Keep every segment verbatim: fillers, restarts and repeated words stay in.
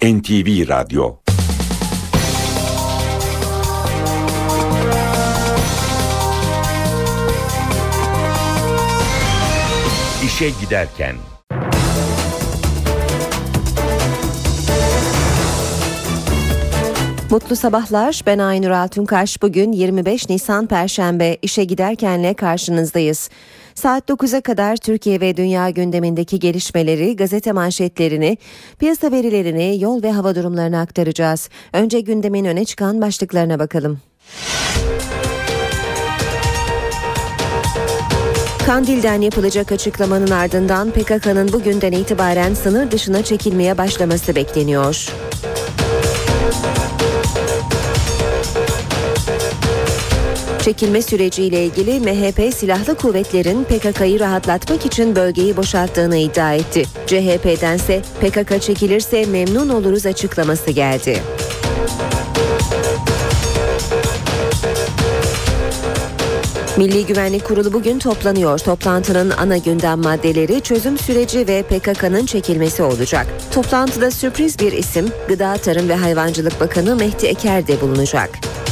N T V Radyo. İşe giderken. Mutlu sabahlar. Ben Aynur Altunkaş. Bugün yirmi beş Nisan Perşembe. İşe giderkenle karşınızdayız. Saat dokuza kadar Türkiye ve dünya gündemindeki gelişmeleri, gazete manşetlerini, piyasa verilerini, yol ve hava durumlarını aktaracağız. Önce gündemin öne çıkan başlıklarına bakalım. Kandil'den yapılacak açıklamanın ardından P K K'nın bugünden itibaren sınır dışına çekilmeye başlaması bekleniyor. Çekilme süreciyle ilgili M H P silahlı kuvvetlerin P K K'yı rahatlatmak için bölgeyi boşalttığını iddia etti. C H P'dense P K K çekilirse memnun oluruz açıklaması geldi. Milli Güvenlik Kurulu bugün toplanıyor. Toplantının ana gündem maddeleri çözüm süreci ve P K K'nın çekilmesi olacak. Toplantıda sürpriz bir isim, Gıda, Tarım ve Hayvancılık Bakanı Mehdi Eker de bulunacak.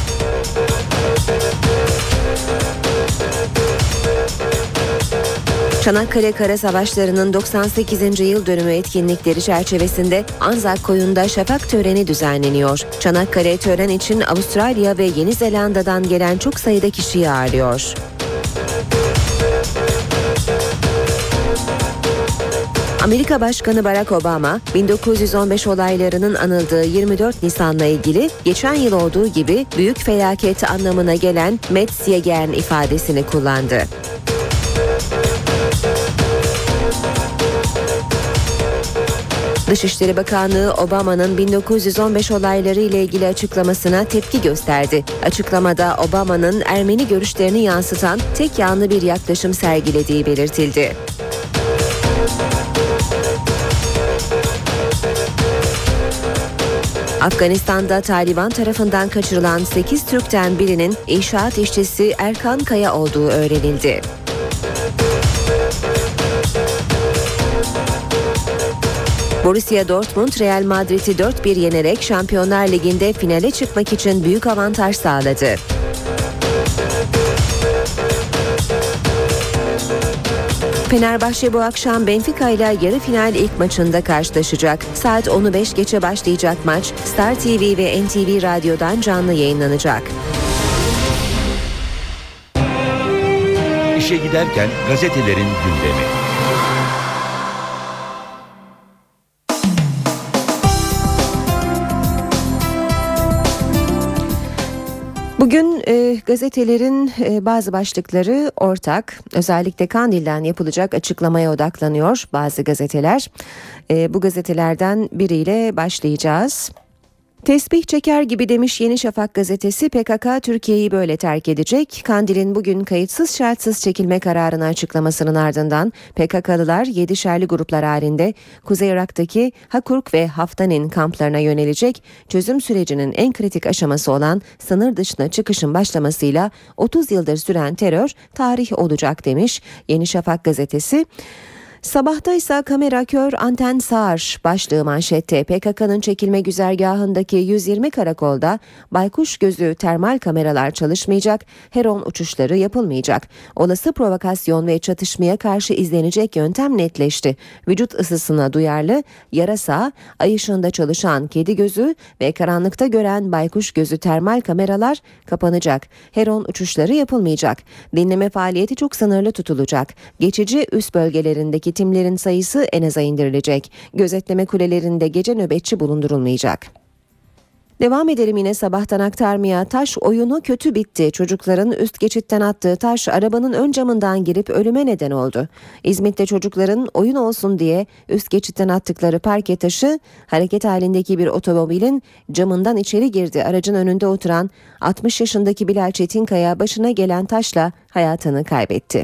Çanakkale Kara Savaşları'nın doksan sekizinci yıl dönümü etkinlikleri çerçevesinde Anzac-Koyun'da şafak töreni düzenleniyor. Çanakkale tören için Avustralya ve Yeni Zelanda'dan gelen çok sayıda kişiyi ağırlıyor. Amerika Başkanı Barack Obama, bin dokuz yüz on beş olaylarının anıldığı yirmi dört Nisan'la ilgili geçen yıl olduğu gibi büyük felaket anlamına gelen Metz-Yegern ifadesini kullandı. Dışişleri Bakanlığı Obama'nın bin dokuz yüz on beş olayları ile ilgili açıklamasına tepki gösterdi. Açıklamada Obama'nın Ermeni görüşlerini yansıtan tek yanlı bir yaklaşım sergilediği belirtildi. Afganistan'da Taliban tarafından kaçırılan sekiz Türk'ten birinin inşaat işçisi Erkan Kaya olduğu öğrenildi. Borussia Dortmund, Real Madrid'i dört bir yenerek Şampiyonlar Ligi'nde finale çıkmak için büyük avantaj sağladı. Fenerbahçe bu akşam Benfica ile yarı final ilk maçında karşılaşacak. Saat onu beş geçe başlayacak maç Star T V ve N T V Radyo'dan canlı yayınlanacak. İşe giderken gazetelerin gündemi. Bugün e, gazetelerin e, bazı başlıkları ortak. Özellikle Kandil'den yapılacak açıklamaya odaklanıyor bazı gazeteler. E, bu gazetelerden biriyle başlayacağız. Tesbih çeker gibi demiş Yeni Şafak gazetesi, P K K Türkiye'yi böyle terk edecek. Kandil'in bugün kayıtsız şartsız çekilme kararını açıklamasının ardından P K K'lılar yedişerli gruplar halinde Kuzey Irak'taki Hakurk ve Haftanin kamplarına yönelecek. Çözüm sürecinin en kritik aşaması olan sınır dışına çıkışın başlamasıyla otuz yıldır süren terör tarih olacak demiş Yeni Şafak gazetesi. Sabahta ise kamera kör, anten sağır başlığı manşette. P K K'nın çekilme güzergahındaki yüz yirmi karakolda baykuş gözü termal kameralar çalışmayacak, Heron uçuşları yapılmayacak. Olası provokasyon ve çatışmaya karşı izlenecek yöntem netleşti. Vücut ısısına duyarlı, yarasa, ay ışığında çalışan kedi gözü ve karanlıkta gören baykuş gözü termal kameralar kapanacak. Heron uçuşları yapılmayacak. Dinleme faaliyeti çok sınırlı tutulacak. Geçici üs bölgelerindeki timlerin sayısı en aza indirilecek. Gözetleme kulelerinde gece nöbetçi bulundurulmayacak. Devam edelim yine sabahtan aktarmaya. Taş oyunu kötü bitti. Çocukların üst geçitten attığı taş arabanın ön camından girip ölüme neden oldu. İzmit'te çocukların oyun olsun diye üst geçitten attıkları parke taşı hareket halindeki bir otomobilin camından içeri girdi. Aracın önünde oturan altmış yaşındaki Bilal Çetinkaya başına gelen taşla hayatını kaybetti.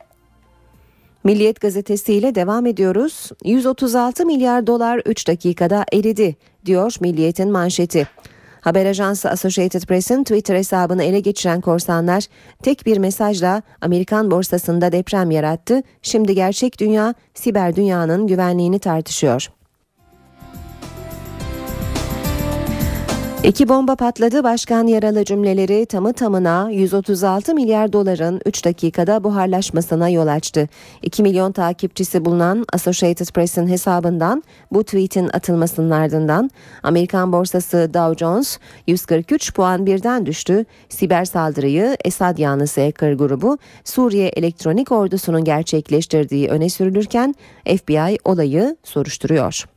Milliyet gazetesiyle devam ediyoruz. yüz otuz altı milyar dolar üç dakikada eridi diyor Milliyet'in manşeti. Haber ajansı Associated Press'in Twitter hesabını ele geçiren korsanlar tek bir mesajla Amerikan borsasında deprem yarattı. Şimdi gerçek dünya siber dünyanın güvenliğini tartışıyor. İki bomba patladı, başkan yaralı cümleleri tamı tamına yüz otuz altı milyar doların üç dakikada buharlaşmasına yol açtı. iki milyon takipçisi bulunan Associated Press'in hesabından bu tweetin atılmasının ardından Amerikan borsası Dow Jones yüz kırk üç puan birden düştü. Siber saldırıyı Esad yanlısı hacker grubu Suriye Elektronik Ordusu'nun gerçekleştirdiği öne sürülürken F B I olayı soruşturuyor.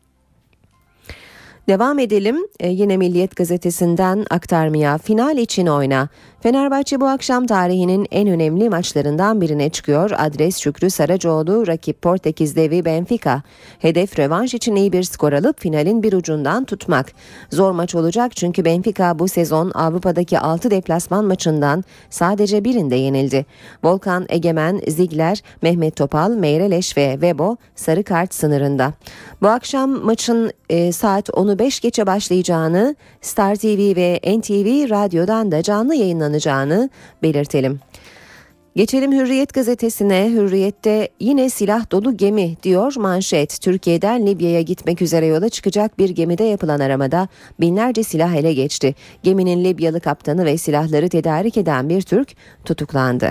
Devam edelim ee, yine Milliyet gazetesinden aktarmaya. Final için oyna. Fenerbahçe bu akşam tarihinin en önemli maçlarından birine çıkıyor. Adres Şükrü Saracoğlu, rakip Portekiz devi Benfica. Hedef rövanş için iyi bir skor alıp finalin bir ucundan tutmak. Zor maç olacak çünkü Benfica bu sezon Avrupa'daki altı deplasman maçından sadece birinde yenildi. Volkan Egemen, Ziegler, Mehmet Topal, Meireles ve Webo sarı kart sınırında. Bu akşam maçın e, saat onu beş geçe başlayacağını, Star T V ve N T V Radyo'dan da canlı yayınlanacağını belirtelim. Geçelim Hürriyet gazetesine. Hürriyet'te yine silah dolu gemi diyor manşet. Türkiye'den Libya'ya gitmek üzere yola çıkacak bir gemide yapılan aramada binlerce silah ele geçti. Geminin Libyalı kaptanı ve silahları tedarik eden bir Türk tutuklandı.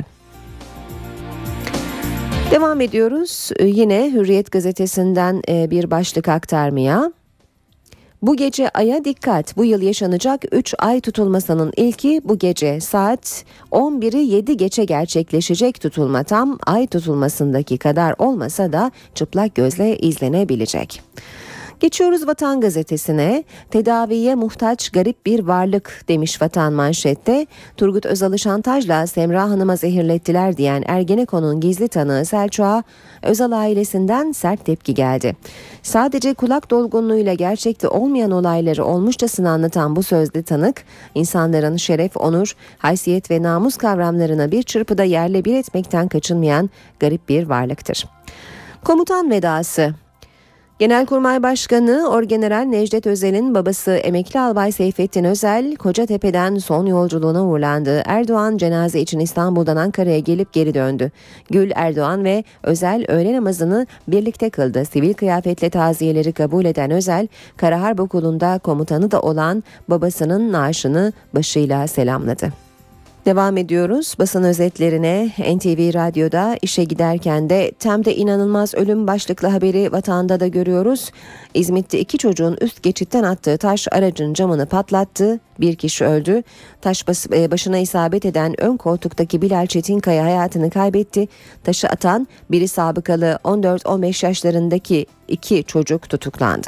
Devam ediyoruz yine Hürriyet gazetesinden bir başlık aktarmaya. Bu gece Ay'a dikkat. Bu yıl yaşanacak üç ay tutulmasının ilki bu gece saat on biri yedi geçe gerçekleşecek tutulma tam Ay tutulmasındaki kadar olmasa da çıplak gözle izlenebilecek. Geçiyoruz Vatan gazetesine. Tedaviye muhtaç garip bir varlık demiş Vatan manşette. Turgut Özal'ı şantajla Semra Hanım'a zehirlettiler diyen Ergenekon'un gizli tanığı Selçuk'a Özal ailesinden sert tepki geldi. Sadece kulak dolgunluğuyla gerçekte olmayan olayları olmuşçasına anlatan bu sözlü tanık, insanların şeref, onur, haysiyet ve namus kavramlarını bir çırpıda yerle bir etmekten kaçınmayan garip bir varlıktır. Komutan vedası. Genelkurmay Başkanı Orgeneral Necdet Özel'in babası emekli albay Seyfettin Özel, Kocatepe'den son yolculuğuna uğurlandı. Erdoğan cenaze için İstanbul'dan Ankara'ya gelip geri döndü. Gül, Erdoğan ve Özel öğle namazını birlikte kıldı. Sivil kıyafetle taziyeleri kabul eden Özel, Kara Harp Okulu'nda komutanı da olan babasının naaşını başıyla selamladı. Devam ediyoruz basın özetlerine. N T V Radyo'da işe giderken de Tem'de inanılmaz ölüm başlıklı haberi Vatan'da da görüyoruz. İzmit'te iki çocuğun üst geçitten attığı taş aracın camını patlattı. Bir kişi öldü. Taş başına isabet eden ön koltuktaki Bilal Çetinkaya hayatını kaybetti. Taşı atan biri sabıkalı on dört on beş yaşlarındaki iki çocuk tutuklandı.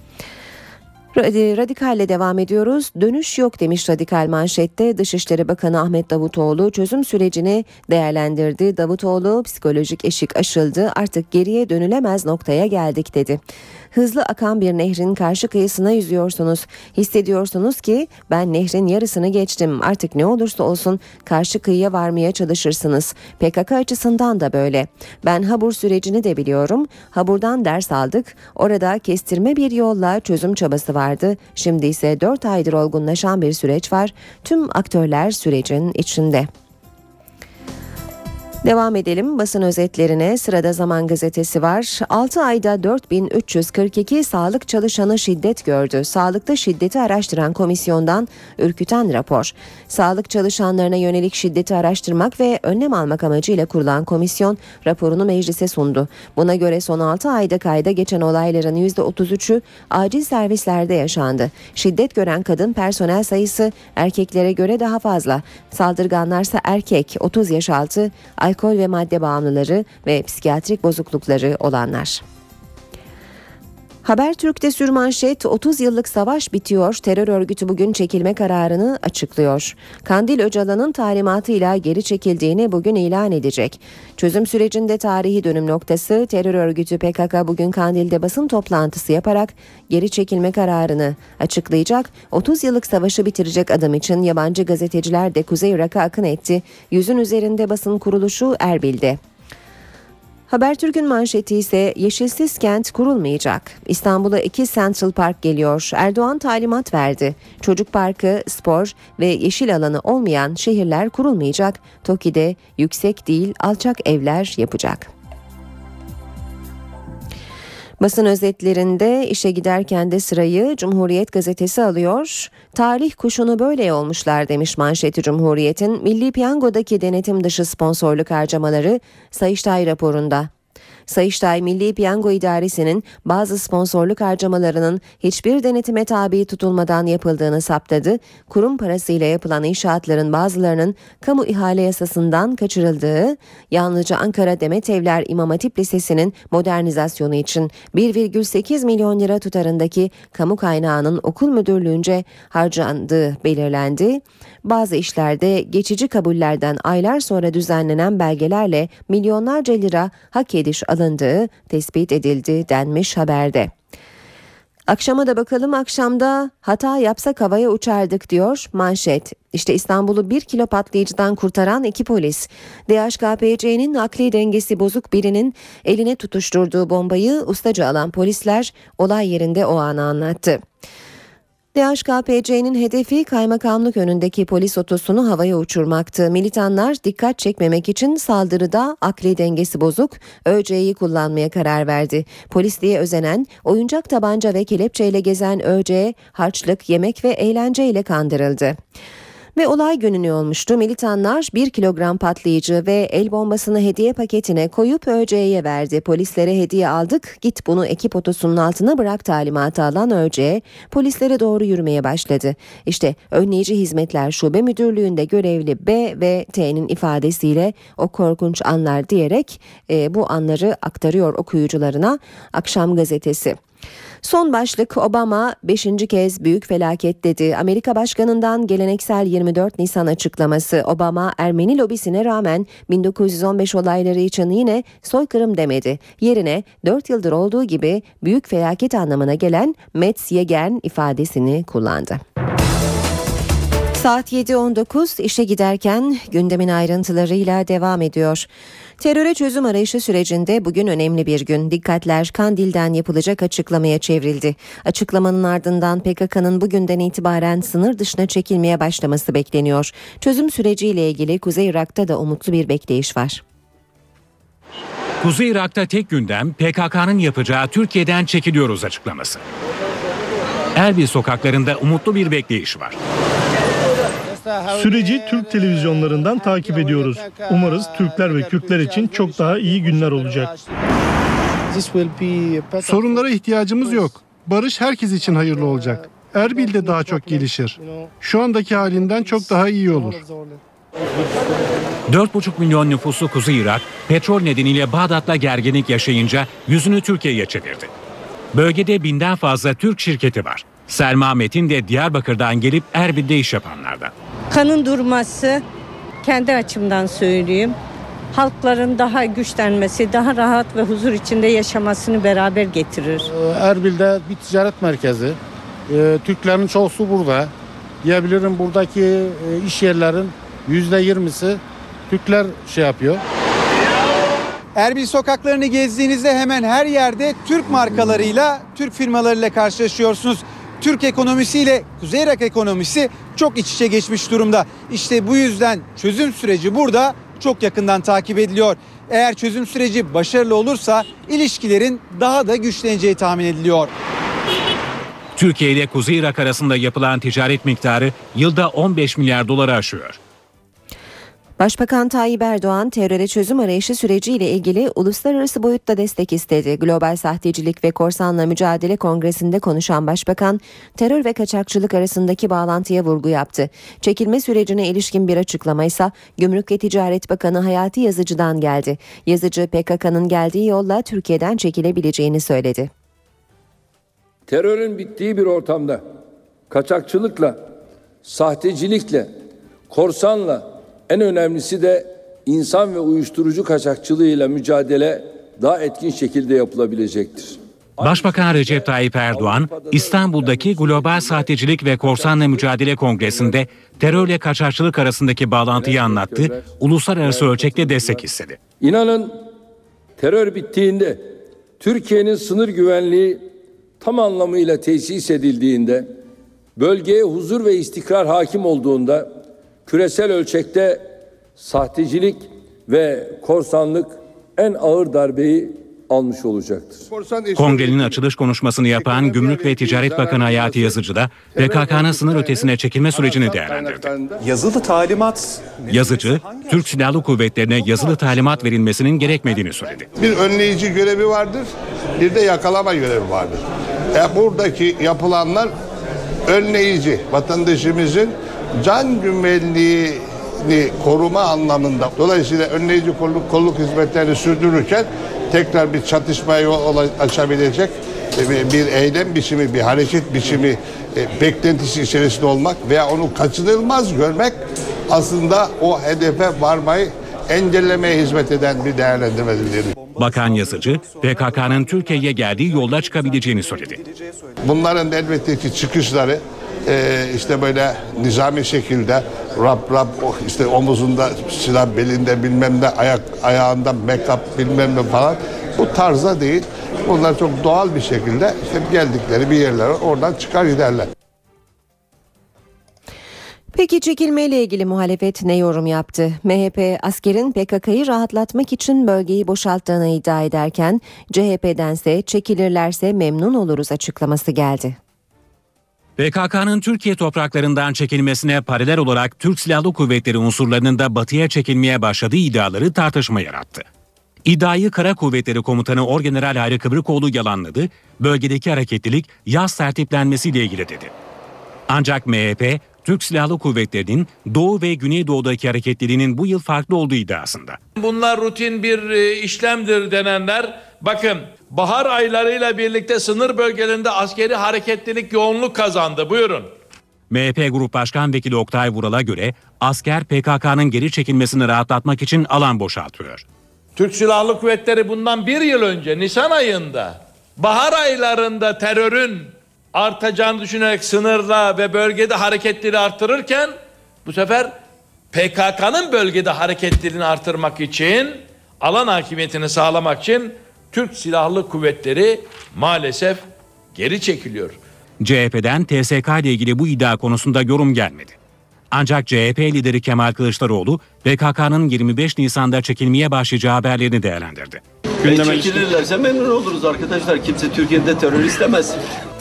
Radikal'le devam ediyoruz. Dönüş yok demiş Radikal manşette. Dışişleri Bakanı Ahmet Davutoğlu çözüm sürecini değerlendirdi. Davutoğlu psikolojik eşik aşıldı, artık geriye dönülemez noktaya geldik dedi. Hızlı akan bir nehrin karşı kıyısına yüzüyorsunuz. Hissediyorsunuz ki ben nehrin yarısını geçtim. Artık ne olursa olsun karşı kıyıya varmaya çalışırsınız. P K K açısından da böyle. Ben Habur sürecini de biliyorum. Habur'dan ders aldık. Orada kestirme bir yolla çözüm çabası vardı. Şimdi ise dört aydır olgunlaşan bir süreç var. Tüm aktörler sürecin içinde. Devam edelim basın özetlerine. Sırada Zaman Gazetesi var. altı ayda dört bin üç yüz kırk iki sağlık çalışanı şiddet gördü. Sağlıkta şiddeti araştıran komisyondan ürküten rapor. Sağlık çalışanlarına yönelik şiddeti araştırmak ve önlem almak amacıyla kurulan komisyon raporunu meclise sundu. Buna göre son altı ayda kayda geçen olayların yüzde otuz üçü acil servislerde yaşandı. Şiddet gören kadın personel sayısı erkeklere göre daha fazla. Saldırganlarsa erkek, otuz yaş altı, alkol ve madde bağımlıları ve psikiyatrik bozuklukları olanlar. Habertürk'te sürmanşet otuz yıllık savaş bitiyor. Terör örgütü bugün çekilme kararını açıklıyor. Kandil Öcalan'ın talimatıyla geri çekildiğini bugün ilan edecek. Çözüm sürecinde tarihi dönüm noktası terör örgütü P K K bugün Kandil'de basın toplantısı yaparak geri çekilme kararını açıklayacak. otuz yıllık savaşı bitirecek adım için yabancı gazeteciler de Kuzey Irak'a akın etti. Yüzün üzerinde basın kuruluşu Erbil'de. Habertürk'ün manşeti ise yeşilsiz kent kurulmayacak. İstanbul'a iki Central Park geliyor. Erdoğan talimat verdi. Çocuk parkı, spor ve yeşil alanı olmayan şehirler kurulmayacak. TOKİ'de yüksek değil alçak evler yapacak. Basın özetlerinde işe giderken de sırayı Cumhuriyet gazetesi alıyor. Talih kuşunu böyle yolmuşlar demiş manşeti Cumhuriyet'in. Milli Piyango'daki denetim dışı sponsorluk harcamaları Sayıştay raporunda. Sayıştay Milli Piyango İdaresi'nin bazı sponsorluk harcamalarının hiçbir denetime tabi tutulmadan yapıldığını saptadı. Kurum parasıyla yapılan inşaatların bazılarının kamu ihale yasasından kaçırıldığı, yalnızca Ankara Demet Evler İmam Hatip Lisesi'nin modernizasyonu için bir virgül sekiz milyon lira tutarındaki kamu kaynağının okul müdürlüğünce harcandığı belirlendi. Bazı işlerde geçici kabullerden aylar sonra düzenlenen belgelerle milyonlarca lira hak ediş alındığı tespit edildi denmiş haberde. Akşama da bakalım, akşamda hata yapsak havaya uçardık diyor manşet. İşte İstanbul'u bir kilo patlayıcıdan kurtaran iki polis. D H K P C'nin akli dengesi bozuk birinin eline tutuşturduğu bombayı ustaca alan polisler olay yerinde o anı anlattı. D H K P C'nin hedefi kaymakamlık önündeki polis otosunu havaya uçurmaktı. Militanlar dikkat çekmemek için saldırıda akli dengesi bozuk ÖC'yi kullanmaya karar verdi. Polisliğe özenen, oyuncak tabanca ve kelepçeyle gezen ÖC, harçlık, yemek ve eğlenceyle kandırıldı. Ve olay günü olmuştu. Militanlar bir kilogram patlayıcı ve el bombasını hediye paketine koyup ÖC'ye verdi. Polislere hediye aldık, git bunu ekip otosunun altına bırak talimatı alan ÖC, polislere doğru yürümeye başladı. İşte Önleyici Hizmetler Şube Müdürlüğü'nde görevli B ve T'nin ifadesiyle o korkunç anlar diyerek e, bu anları aktarıyor okuyucularına Akşam gazetesi. Son başlık, Obama beşinci kez büyük felaket dedi. Amerika Başkanı'ndan geleneksel yirmi dört Nisan açıklaması. Obama Ermeni lobisine rağmen bin dokuz yüz on beş olayları için yine soykırım demedi. Yerine dört yıldır olduğu gibi büyük felaket anlamına gelen Metzyegen ifadesini kullandı. Saat yedi on dokuz, işe giderken gündemin ayrıntılarıyla devam ediyor. Teröre çözüm arayışı sürecinde bugün önemli bir gün. Dikkatler Kandil'den yapılacak açıklamaya çevrildi. Açıklamanın ardından P K K'nın bugünden itibaren sınır dışına çekilmeye başlaması bekleniyor. Çözüm süreciyle ilgili Kuzey Irak'ta da umutlu bir bekleyiş var. Kuzey Irak'ta tek gündem P K K'nın yapacağı Türkiye'den çekiliyoruz açıklaması. Erbil sokaklarında umutlu bir bekleyiş var. Süreci Türk televizyonlarından takip ediyoruz. Umarız Türkler ve Kürtler için çok daha iyi günler olacak. Sorunlara ihtiyacımız yok. Barış herkes için hayırlı olacak. Erbil de daha çok gelişir. Şu andaki halinden çok daha iyi olur. dört buçuk milyon nüfuslu Kuzey Irak, petrol nedeniyle Bağdat'la gerginlik yaşayınca yüzünü Türkiye'ye çevirdi. Bölgede binden fazla Türk şirketi var. Selma Metin de Diyarbakır'dan gelip Erbil'de iş yapanlardan. Kanın durması, kendi açımdan söyleyeyim, halkların daha güçlenmesi, daha rahat ve huzur içinde yaşamasını beraber getirir. Erbil'de bir ticaret merkezi, Türklerin çoğusu burada. Diyebilirim buradaki iş yerlerin yüzde yirmisi Türkler şey yapıyor. Erbil sokaklarını gezdiğinizde hemen her yerde Türk markalarıyla, Türk firmalarıyla karşılaşıyorsunuz. Türk ekonomisiyle Kuzey Irak ekonomisi çok iç içe geçmiş durumda. İşte bu yüzden çözüm süreci burada çok yakından takip ediliyor. Eğer çözüm süreci başarılı olursa ilişkilerin daha da güçleneceği tahmin ediliyor. Türkiye ile Kuzey Irak arasında yapılan ticaret miktarı yılda on beş milyar doları aşıyor. Başbakan Tayyip Erdoğan teröre çözüm arayışı süreciyle ilgili uluslararası boyutta destek istedi. Global Sahtecilik ve Korsanla Mücadele Kongresi'nde konuşan Başbakan, terör ve kaçakçılık arasındaki bağlantıya vurgu yaptı. Çekilme sürecine ilişkin bir açıklama ise Gümrük ve Ticaret Bakanı Hayati Yazıcı'dan geldi. Yazıcı, P K K'nın geldiği yolla Türkiye'den çekilebileceğini söyledi. Terörün bittiği bir ortamda kaçakçılıkla, sahtecilikle, korsanla, en önemlisi de insan ve uyuşturucu kaçakçılığıyla mücadele daha etkin şekilde yapılabilecektir. Başbakan Recep Tayyip Erdoğan, İstanbul'daki Global Sahtecilik ve Korsanla Mücadele Kongresi'nde terörle kaçakçılık arasındaki bağlantıyı anlattı, uluslararası ölçekte destek istedi. İnanın terör bittiğinde, Türkiye'nin sınır güvenliği tam anlamıyla tesis edildiğinde, bölgeye huzur ve istikrar hakim olduğunda, küresel ölçekte sahtecilik ve korsanlık en ağır darbeyi almış olacaktır. Kongrenin açılış konuşmasını yapan Gümrük ve Ticaret Bakanı Hayati Yazıcı da P K K'nın sınır ötesine çekilme sürecini değerlendirdi. Yazılı talimat... Yazıcı, Türk Silahlı Kuvvetlerine yazılı talimat verilmesinin gerekmediğini söyledi. Bir önleyici görevi vardır, bir de yakalama görevi vardır. E buradaki yapılanlar önleyici, vatandaşımızın can güvenliğini koruma anlamında. Dolayısıyla önleyici kolluk, kolluk hizmetlerini sürdürürken tekrar bir çatışmaya yol açabilecek bir eylem biçimi, bir hareket biçimi beklentisi içerisinde olmak veya onu kaçınılmaz görmek aslında o hedefe varmayı engellemeye hizmet eden bir değerlendirmedir. Bakan Yazıcı, P K K'nın Türkiye'ye geldiği yolda çıkabileceğini söyledi. Bunların elbette ki çıkışları e, işte böyle nizami şekilde rap rap işte omuzunda silah, belinde bilmem ne, ayak ayağında make-up bilmem ne falan bu tarzda değil. Bunlar çok doğal bir şekilde işte geldikleri bir yerlere oradan çıkar giderler. Peki çekilmeyle ilgili muhalefet ne yorum yaptı? M H P askerin P K K'yı rahatlatmak için bölgeyi boşalttığını iddia ederken C H P'dense çekilirlerse memnun oluruz açıklaması geldi. P K K'nın Türkiye topraklarından çekilmesine paralel olarak Türk Silahlı Kuvvetleri unsurlarının da batıya çekilmeye başladığı iddiaları tartışma yarattı. İddiayı Kara Kuvvetleri Komutanı Orgeneral Hayri Kıvrıkoğlu yalanladı, bölgedeki hareketlilik yaz tertiplenmesiyle ilgili dedi. Ancak M H P, Türk Silahlı Kuvvetleri'nin Doğu ve Güneydoğu'daki hareketliliğinin bu yıl farklı olduğu iddiasında. Bunlar rutin bir işlemdir denenler. Bakın, bahar aylarıyla birlikte sınır bölgelerinde askeri hareketlilik yoğunluk kazandı. Buyurun. M H P Grup Başkan Vekili Oktay Vural'a göre asker P K K'nın geri çekilmesini rahatlatmak için alan boşaltıyor. Türk Silahlı Kuvvetleri bundan bir yıl önce Nisan ayında bahar aylarında terörün artacağını düşünerek sınırda ve bölgede hareketliliği artırırken bu sefer P K K'nın bölgede hareketliliğini artırmak için, alan hakimiyetini sağlamak için Türk Silahlı Kuvvetleri maalesef geri çekiliyor. C H P'den T S K ile ilgili bu iddia konusunda yorum gelmedi. Ancak C H P lideri Kemal Kılıçdaroğlu P K K'nın yirmi beş Nisan'da çekilmeye başlayacağı haberlerini değerlendirdi. Ve çekilirlerse memnun oluruz arkadaşlar. Kimse Türkiye'de terör istemez.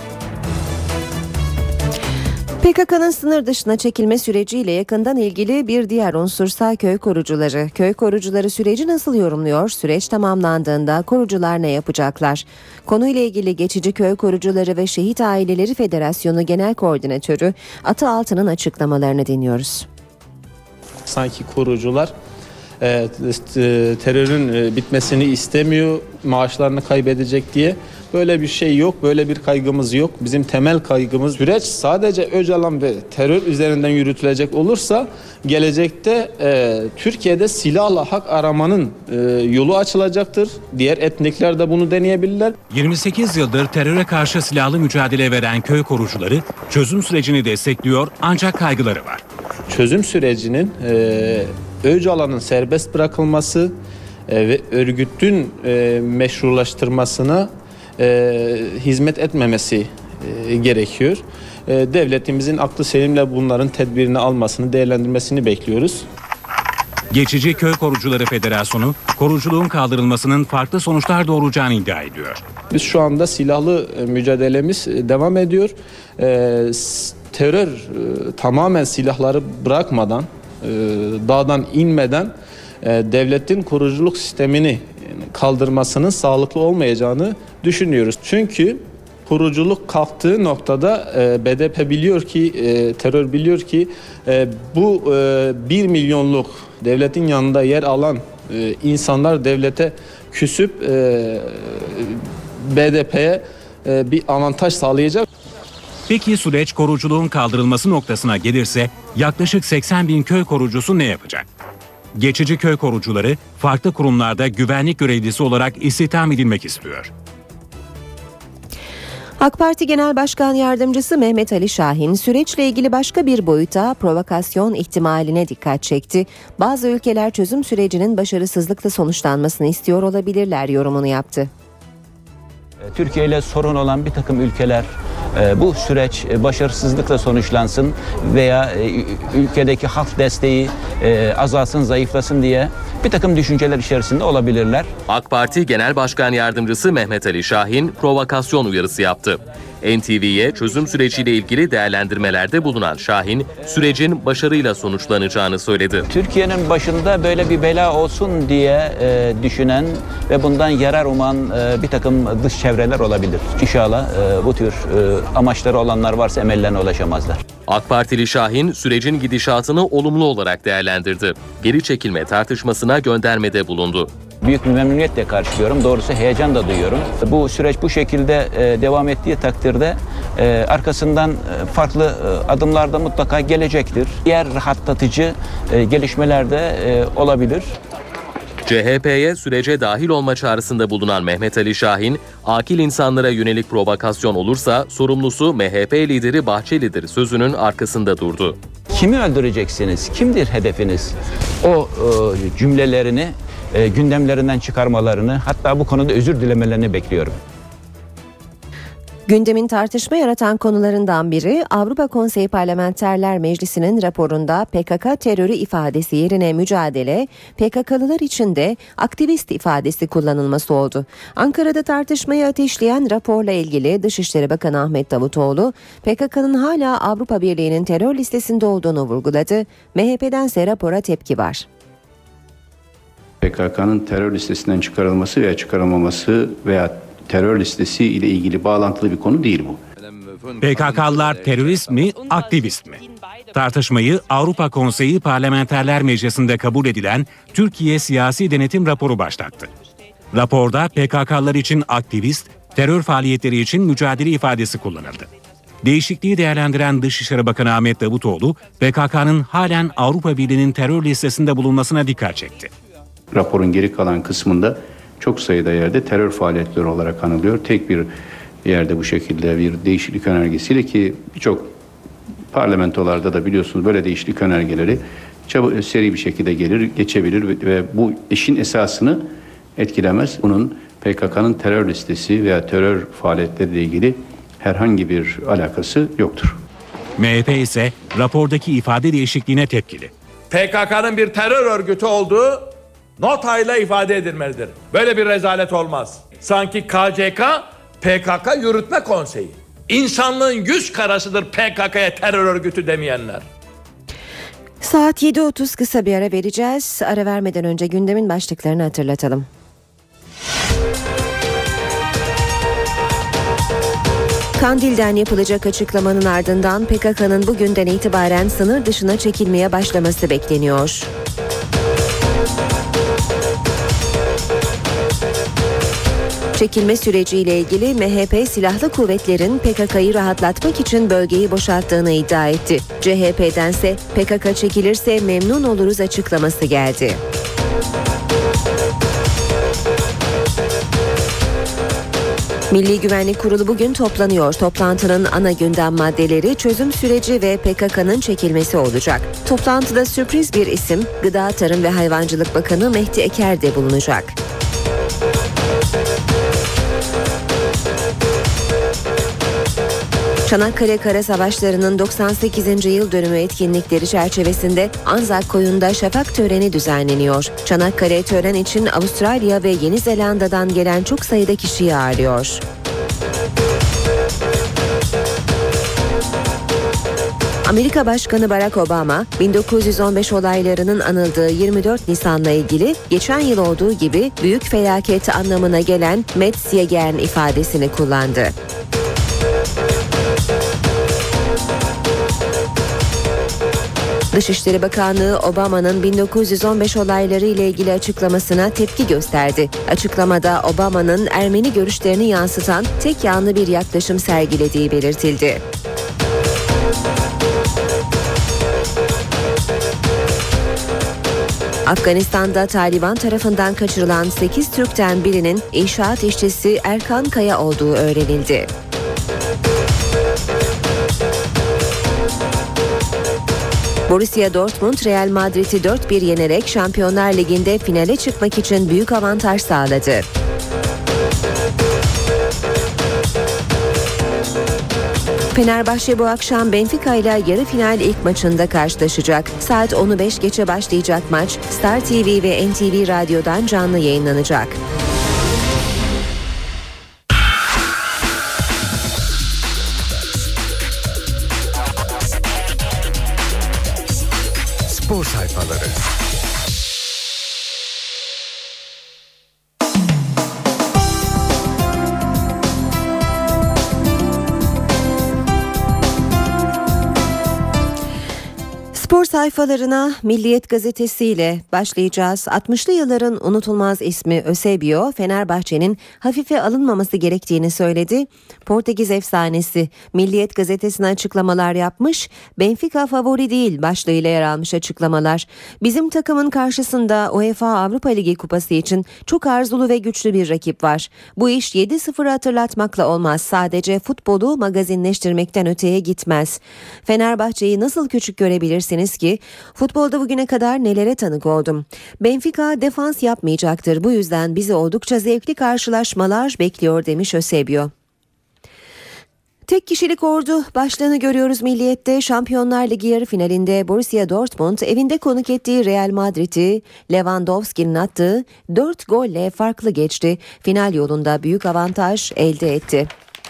P K K'nın sınır dışına çekilme süreciyle yakından ilgili bir diğer unsursa köy korucuları. Köy korucuları süreci nasıl yorumluyor? Süreç tamamlandığında korucular ne yapacaklar? Konuyla ilgili Geçici Köy Korucuları ve Şehit Aileleri Federasyonu Genel Koordinatörü Atı Altı'nın açıklamalarını dinliyoruz. Sanki korucular e, terörün e, bitmesini istemiyor, maaşlarını kaybedecek diye. Böyle bir şey yok, böyle bir kaygımız yok. Bizim temel kaygımız süreç sadece Öcalan ve terör üzerinden yürütülecek olursa gelecekte e, Türkiye'de silahla hak aramanın e, yolu açılacaktır. Diğer etnikler de bunu deneyebilirler. yirmi sekiz yıldır teröre karşı silahlı mücadele veren köy korucuları çözüm sürecini destekliyor ancak kaygıları var. Çözüm sürecinin e, Öcalan'ın serbest bırakılması e, ve örgütün e, meşrulaştırmasına E, hizmet etmemesi e, gerekiyor. E, devletimizin aklı selimle bunların tedbirini almasını, değerlendirmesini bekliyoruz. Geçici Köy Korucuları Federasyonu, koruculuğun kaldırılmasının farklı sonuçlar doğuracağını iddia ediyor. Biz şu anda silahlı mücadelemiz devam ediyor. E, terör e, tamamen silahları bırakmadan, e, dağdan inmeden e, devletin koruculuk sistemini kaldırmasının sağlıklı olmayacağını düşünüyoruz. Çünkü koruculuk kalktığı noktada e, B D P biliyor ki, e, terör biliyor ki e, bu e, bir milyonluk devletin yanında yer alan e, insanlar devlete küsüp e, B D P'ye e, bir avantaj sağlayacak. Peki süreç koruculuğun kaldırılması noktasına gelirse yaklaşık seksen bin köy korucusu ne yapacak? Geçici köy korucuları farklı kurumlarda güvenlik görevlisi olarak istihdam edilmek istiyor. AK Parti Genel Başkan Yardımcısı Mehmet Ali Şahin süreçle ilgili başka bir boyuta, provokasyon ihtimaline dikkat çekti. Bazı ülkeler çözüm sürecinin başarısızlıkla sonuçlanmasını istiyor olabilirler yorumunu yaptı. Türkiye ile sorun olan bir takım ülkeler bu süreç başarısızlıkla sonuçlansın veya ülkedeki halk desteği azalsın, zayıflasın diye bir takım düşünceler içerisinde olabilirler. AK Parti Genel Başkan Yardımcısı Mehmet Ali Şahin provokasyon uyarısı yaptı. N T V'ye çözüm süreciyle ilgili değerlendirmelerde bulunan Şahin, sürecin başarıyla sonuçlanacağını söyledi. Türkiye'nin başında böyle bir bela olsun diye e, düşünen ve bundan yarar uman e, bir takım dış çevreler olabilir. İnşallah e, bu tür e, amaçları olanlar varsa emellerine ulaşamazlar. AK Partili Şahin, sürecin gidişatını olumlu olarak değerlendirdi. Geri çekilme tartışmasına göndermede bulundu. Büyük bir memnuniyetle karşılıyorum. Doğrusu heyecan da duyuyorum. Bu süreç bu şekilde e, devam ettiği takdirde e, arkasından e, farklı e, adımlar da mutlaka gelecektir. Diğer rahatlatıcı e, gelişmeler de e, olabilir. C H P'ye sürece dahil olma çağrısında bulunan Mehmet Ali Şahin, akil insanlara yönelik provokasyon olursa sorumlusu M H P lideri Bahçeli'dir sözünün arkasında durdu. Kimi öldüreceksiniz? Kimdir hedefiniz? O e, cümlelerini E, gündemlerinden çıkarmalarını, hatta bu konuda özür dilemelerini bekliyorum. Gündemin tartışma yaratan konularından biri Avrupa Konseyi Parlamenterler Meclisi'nin raporunda P K K terörü ifadesi yerine mücadele, P K K'lılar için de aktivist ifadesi kullanılması oldu. Ankara'da tartışmayı ateşleyen raporla ilgili Dışişleri Bakanı Ahmet Davutoğlu, P K K'nın hala Avrupa Birliği'nin terör listesinde olduğunu vurguladı. M H P'dense rapora tepki var. P K K'nın terör listesinden çıkarılması veya çıkarılmaması veya terör listesi ile ilgili bağlantılı bir konu değil bu. P K K'lılar terörist mi, aktivist mi? Tartışmayı Avrupa Konseyi Parlamenterler Meclisi'nde kabul edilen Türkiye Siyasi Denetim Raporu başlattı. Raporda P K K'lılar için aktivist, terör faaliyetleri için mücadele ifadesi kullanıldı. Değişikliği değerlendiren Dışişleri Bakanı Ahmet Davutoğlu, P K K'nın halen Avrupa Birliği'nin terör listesinde bulunmasına dikkat çekti. Raporun geri kalan kısmında çok sayıda yerde terör faaliyetleri olarak anılıyor. Tek bir yerde bu şekilde bir değişiklik önergesiyle, ki birçok parlamentolarda da biliyorsunuz böyle değişiklik önergeleri çabuk, seri bir şekilde gelir, geçebilir ve bu işin esasını etkilemez. Bunun P K K'nın terör listesi veya terör faaliyetleriyle ilgili herhangi bir alakası yoktur. M H P ise rapordaki ifade değişikliğine tepkili. P K K'nın bir terör örgütü olduğu notayla ifade edilmelidir. Böyle bir rezalet olmaz. Sanki K C K, P K K Yürütme Konseyi. İnsanlığın yüz karasıdır P K K'ya terör örgütü demeyenler. Saat yedi otuz, kısa bir ara vereceğiz. Ara vermeden önce gündemin başlıklarını hatırlatalım. Kandil'den yapılacak açıklamanın ardından P K K'nın bugünden itibaren sınır dışına çekilmeye başlaması bekleniyor. Çekilme süreciyle ilgili M H P silahlı kuvvetlerin P K K'yı rahatlatmak için bölgeyi boşalttığını iddia etti. C H P'dense P K K çekilirse memnun oluruz açıklaması geldi. Milli Güvenlik Kurulu bugün toplanıyor. Toplantının ana gündem maddeleri çözüm süreci ve P K K'nın çekilmesi olacak. Toplantıda sürpriz bir isim, Gıda, Tarım ve Hayvancılık Bakanı Mehdi Eker de bulunacak. Çanakkale Kara Savaşları'nın doksan sekizinci yıl dönümü etkinlikleri çerçevesinde Anzak Koyun'da şafak töreni düzenleniyor. Çanakkale tören için Avustralya ve Yeni Zelanda'dan gelen çok sayıda kişiyi ağırlıyor. Amerika Başkanı Barack Obama, bin dokuz yüz on beş olaylarının anıldığı yirmi dört Nisan'la ilgili geçen yıl olduğu gibi büyük felaket anlamına gelen Metzyegern ifadesini kullandı. Dışişleri Bakanlığı Obama'nın bin dokuz yüz on beş olayları ile ilgili açıklamasına tepki gösterdi. Açıklamada Obama'nın Ermeni görüşlerini yansıtan tek yanlı bir yaklaşım sergilediği belirtildi. Afganistan'da Taliban tarafından kaçırılan sekiz Türk'ten birinin inşaat işçisi Erkan Kaya olduğu öğrenildi. Borussia Dortmund, Real Madrid'i dört bir yenerek Şampiyonlar Ligi'nde finale çıkmak için büyük avantaj sağladı. Fenerbahçe bu akşam Benfica ile yarı final ilk maçında karşılaşacak. Saat onu beş geçe başlayacak maç Star T V ve N T V Radyo'dan canlı yayınlanacak. Spor sayfaları. Spor sayfalarına Milliyet gazetesiyle başlayacağız. altmışlı yılların unutulmaz ismi Eusebio, Fenerbahçe'nin hafife alınmaması gerektiğini söyledi. Portekiz efsanesi Milliyet gazetesine açıklamalar yapmış. Benfica favori değil başlığıyla yer almış açıklamalar. Bizim takımın karşısında UEFA Avrupa Ligi kupası için çok arzulu ve güçlü bir rakip var. Bu iş yedi sıfır hatırlatmakla olmaz. Sadece futbolu magazinleştirmekten öteye gitmez. Fenerbahçe'yi nasıl küçük görebilirsiniz ki? Futbolda bugüne kadar nelere tanık oldum. Benfica defans yapmayacaktır. Bu yüzden bizi oldukça zevkli karşılaşmalar bekliyor demiş Eusebio. Tek kişilik ordu başlığını görüyoruz Milliyet'te. Şampiyonlar Ligi yarı finalinde Borussia Dortmund evinde konuk ettiği Real Madrid'i Lewandowski'nin attığı dört golle farklı geçti. Final yolunda büyük avantaj elde etti.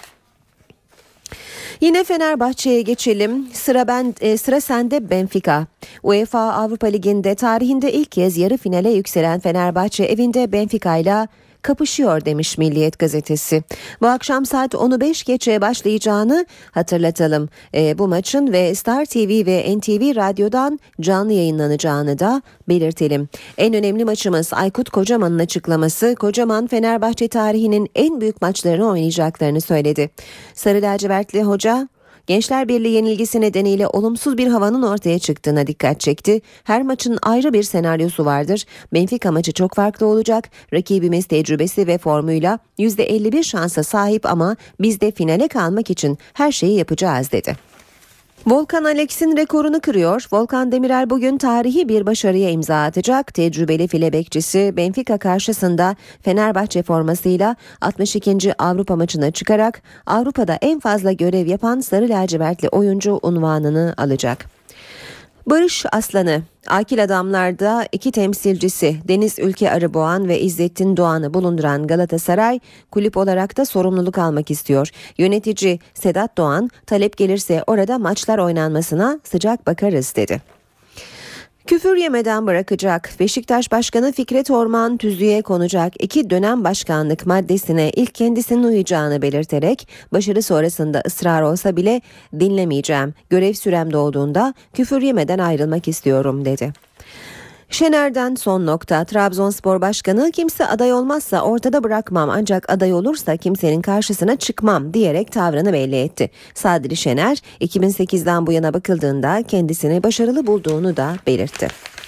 Yine Fenerbahçe'ye geçelim. Sıra ben e, sıra sende Benfica. UEFA Avrupa Ligi'nde tarihinde ilk kez yarı finale yükselen Fenerbahçe evinde Benfica ile kapışıyor demiş Milliyet gazetesi. Bu akşam saat onu beş geçe başlayacağını hatırlatalım. E, bu maçın ve Star T V ve N T V Radyo'dan canlı yayınlanacağını da belirtelim. En önemli maçımız Aykut Kocaman'ın açıklaması. Kocaman Fenerbahçe tarihinin en büyük maçlarını oynayacaklarını söyledi. Sarı lacivertli hoca Gençler Birliği yenilgisi nedeniyle olumsuz bir havanın ortaya çıktığına dikkat çekti. Her maçın ayrı bir senaryosu vardır. Benfica maçı çok farklı olacak. Rakibimiz tecrübesi ve formuyla yüzde elli bir şansa sahip ama biz de finale kalmak için her şeyi yapacağız dedi. Volkan Alex'in rekorunu kırıyor. Volkan Demirel bugün tarihi bir başarıya imza atacak. Tecrübeli file bekçisi Benfica karşısında Fenerbahçe formasıyla altmış ikinci Avrupa maçına çıkarak Avrupa'da en fazla görev yapan sarı lacivertli oyuncu unvanını alacak. Barış Aslanı, Akil Adamlar'da iki temsilcisi Deniz Ülke Arıboğan ve İzzettin Doğan'ı bulunduran Galatasaray kulüp olarak da sorumluluk almak istiyor. Yönetici Sedat Doğan talep gelirse orada maçlar oynanmasına sıcak bakarız dedi. Küfür yemeden bırakacak. Beşiktaş Başkanı Fikret Orman tüzüğe konacak iki dönem başkanlık maddesine ilk kendisinin uyacağını belirterek başarı sonrasında ısrar olsa bile dinlemeyeceğim. Görev sürem dolduğunda küfür yemeden ayrılmak istiyorum dedi. Şener'den son nokta. Trabzonspor Başkanı kimse aday olmazsa ortada bırakmam ancak aday olursa kimsenin karşısına çıkmam diyerek tavrını belli etti. Sadri Şener iki bin sekizden bu yana bakıldığında kendisini başarılı bulduğunu da belirtti.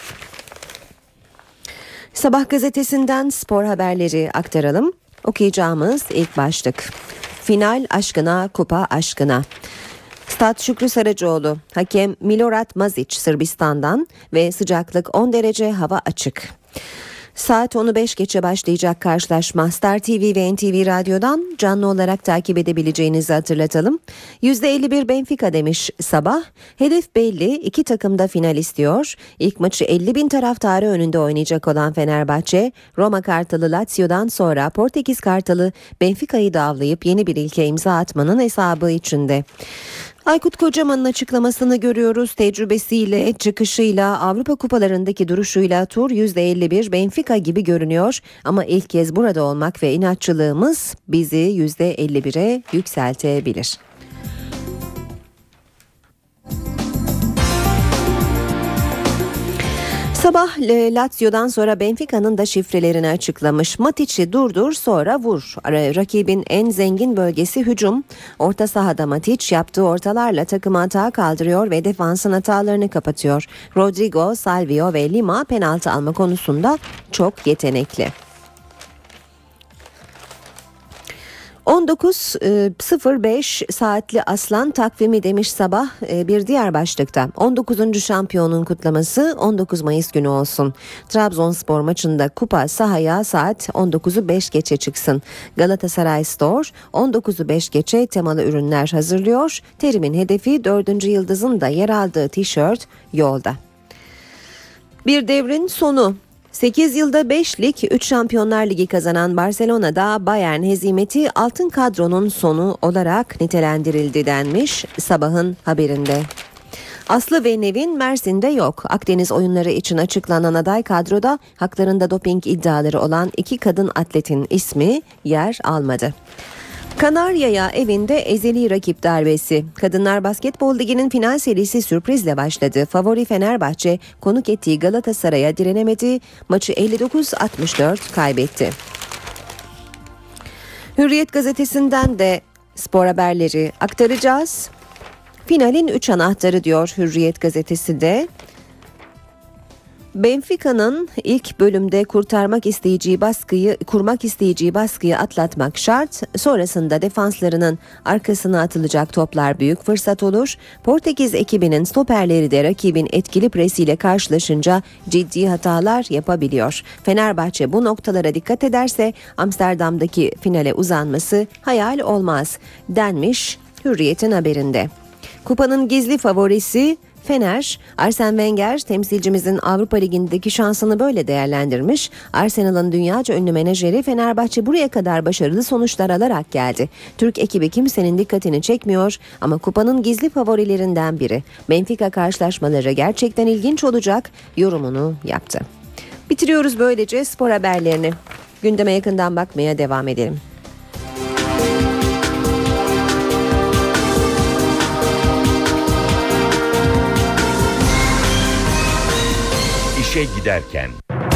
Sabah gazetesinden spor haberleri aktaralım. Okuyacağımız ilk başlık. Final aşkına, kupa aşkına. Stad Şükrü Saracoğlu, hakem Milorad Mazic Sırbistan'dan ve sıcaklık on derece, hava açık. Saat onu beş geçe başlayacak karşılaşma Star T V ve N T V Radyo'dan canlı olarak takip edebileceğinizi hatırlatalım. yüzde elli bir Benfica demiş Sabah. Hedef belli, iki takım da final istiyor. İlk maçı elli bin taraftarı önünde oynayacak olan Fenerbahçe, Roma Kartalı Lazio'dan sonra Portekiz Kartalı Benfica'yı da avlayıp yeni bir ilke imza atmanın hesabı içinde. Aykut Kocaman'ın açıklamasını görüyoruz. Tecrübesiyle, çıkışıyla, Avrupa kupalarındaki duruşuyla tur yüzde elli bir Benfica gibi görünüyor. Ama ilk kez burada olmak ve inatçılığımız bizi yüzde elli bire yükseltebilir. Sabah Lazio'dan sonra Benfica'nın da şifrelerini açıklamış. Matic'i durdur sonra vur. Rakibin en zengin bölgesi hücum. Orta sahada Matic yaptığı ortalarla takımı atağa kaldırıyor ve defansın hatalarını kapatıyor. Rodrigo, Salvio ve Lima penaltı alma konusunda çok yetenekli. on dokuz sıfır beş saatli aslan takvimi demiş Sabah bir diğer başlıkta. on dokuzuncu şampiyonun kutlaması on dokuz Mayıs günü olsun. Trabzonspor maçında kupa sahaya saat on dokuzu beş geçe çıksın. Galatasaray Store on dokuzu beş geçe temalı ürünler hazırlıyor. Terim'in hedefi dördüncü yıldızın da yer aldığı tişört yolda. Bir devrin sonu. sekiz yılda beş lig, üç Şampiyonlar Ligi kazanan Barcelona'da Bayern hezimeti altın kadronun sonu olarak nitelendirildi denmiş Sabah'ın haberinde. Aslı ve Nevin Mersin'de yok. Akdeniz oyunları için açıklanan aday kadroda haklarında doping iddiaları olan iki kadın atletin ismi yer almadı. Kanarya'ya evinde ezeli rakip darbesi. Kadınlar Basketbol Ligi'nin final serisi sürprizle başladı. Favori Fenerbahçe konuk ettiği Galatasaray'a direnemedi. Maçı elli dokuz altmış dört kaybetti. Hürriyet gazetesinden de spor haberleri aktaracağız. Finalin üç anahtarı diyor Hürriyet gazetesi de. Benfica'nın ilk bölümde kurtarmak isteyeceği baskıyı, kurmak isteyeceği baskıyı atlatmak şart. Sonrasında defanslarının arkasına atılacak toplar büyük fırsat olur. Portekiz ekibinin stoperleri de rakibin etkili presiyle karşılaşınca ciddi hatalar yapabiliyor. Fenerbahçe bu noktalara dikkat ederse Amsterdam'daki finale uzanması hayal olmaz denmiş Hürriyet'in haberinde. Kupanın gizli favorisi Fener, Arsene Wenger temsilcimizin Avrupa Ligi'ndeki şansını böyle değerlendirmiş. Arsenal'ın dünyaca ünlü menajeri Fenerbahçe buraya kadar başarılı sonuçlar alarak geldi. Türk ekibi kimsenin dikkatini çekmiyor ama kupanın gizli favorilerinden biri. Benfica karşılaşmaları gerçekten ilginç olacak yorumunu yaptı. Bitiriyoruz böylece spor haberlerini. Gündeme yakından bakmaya devam edelim. İşe giderken.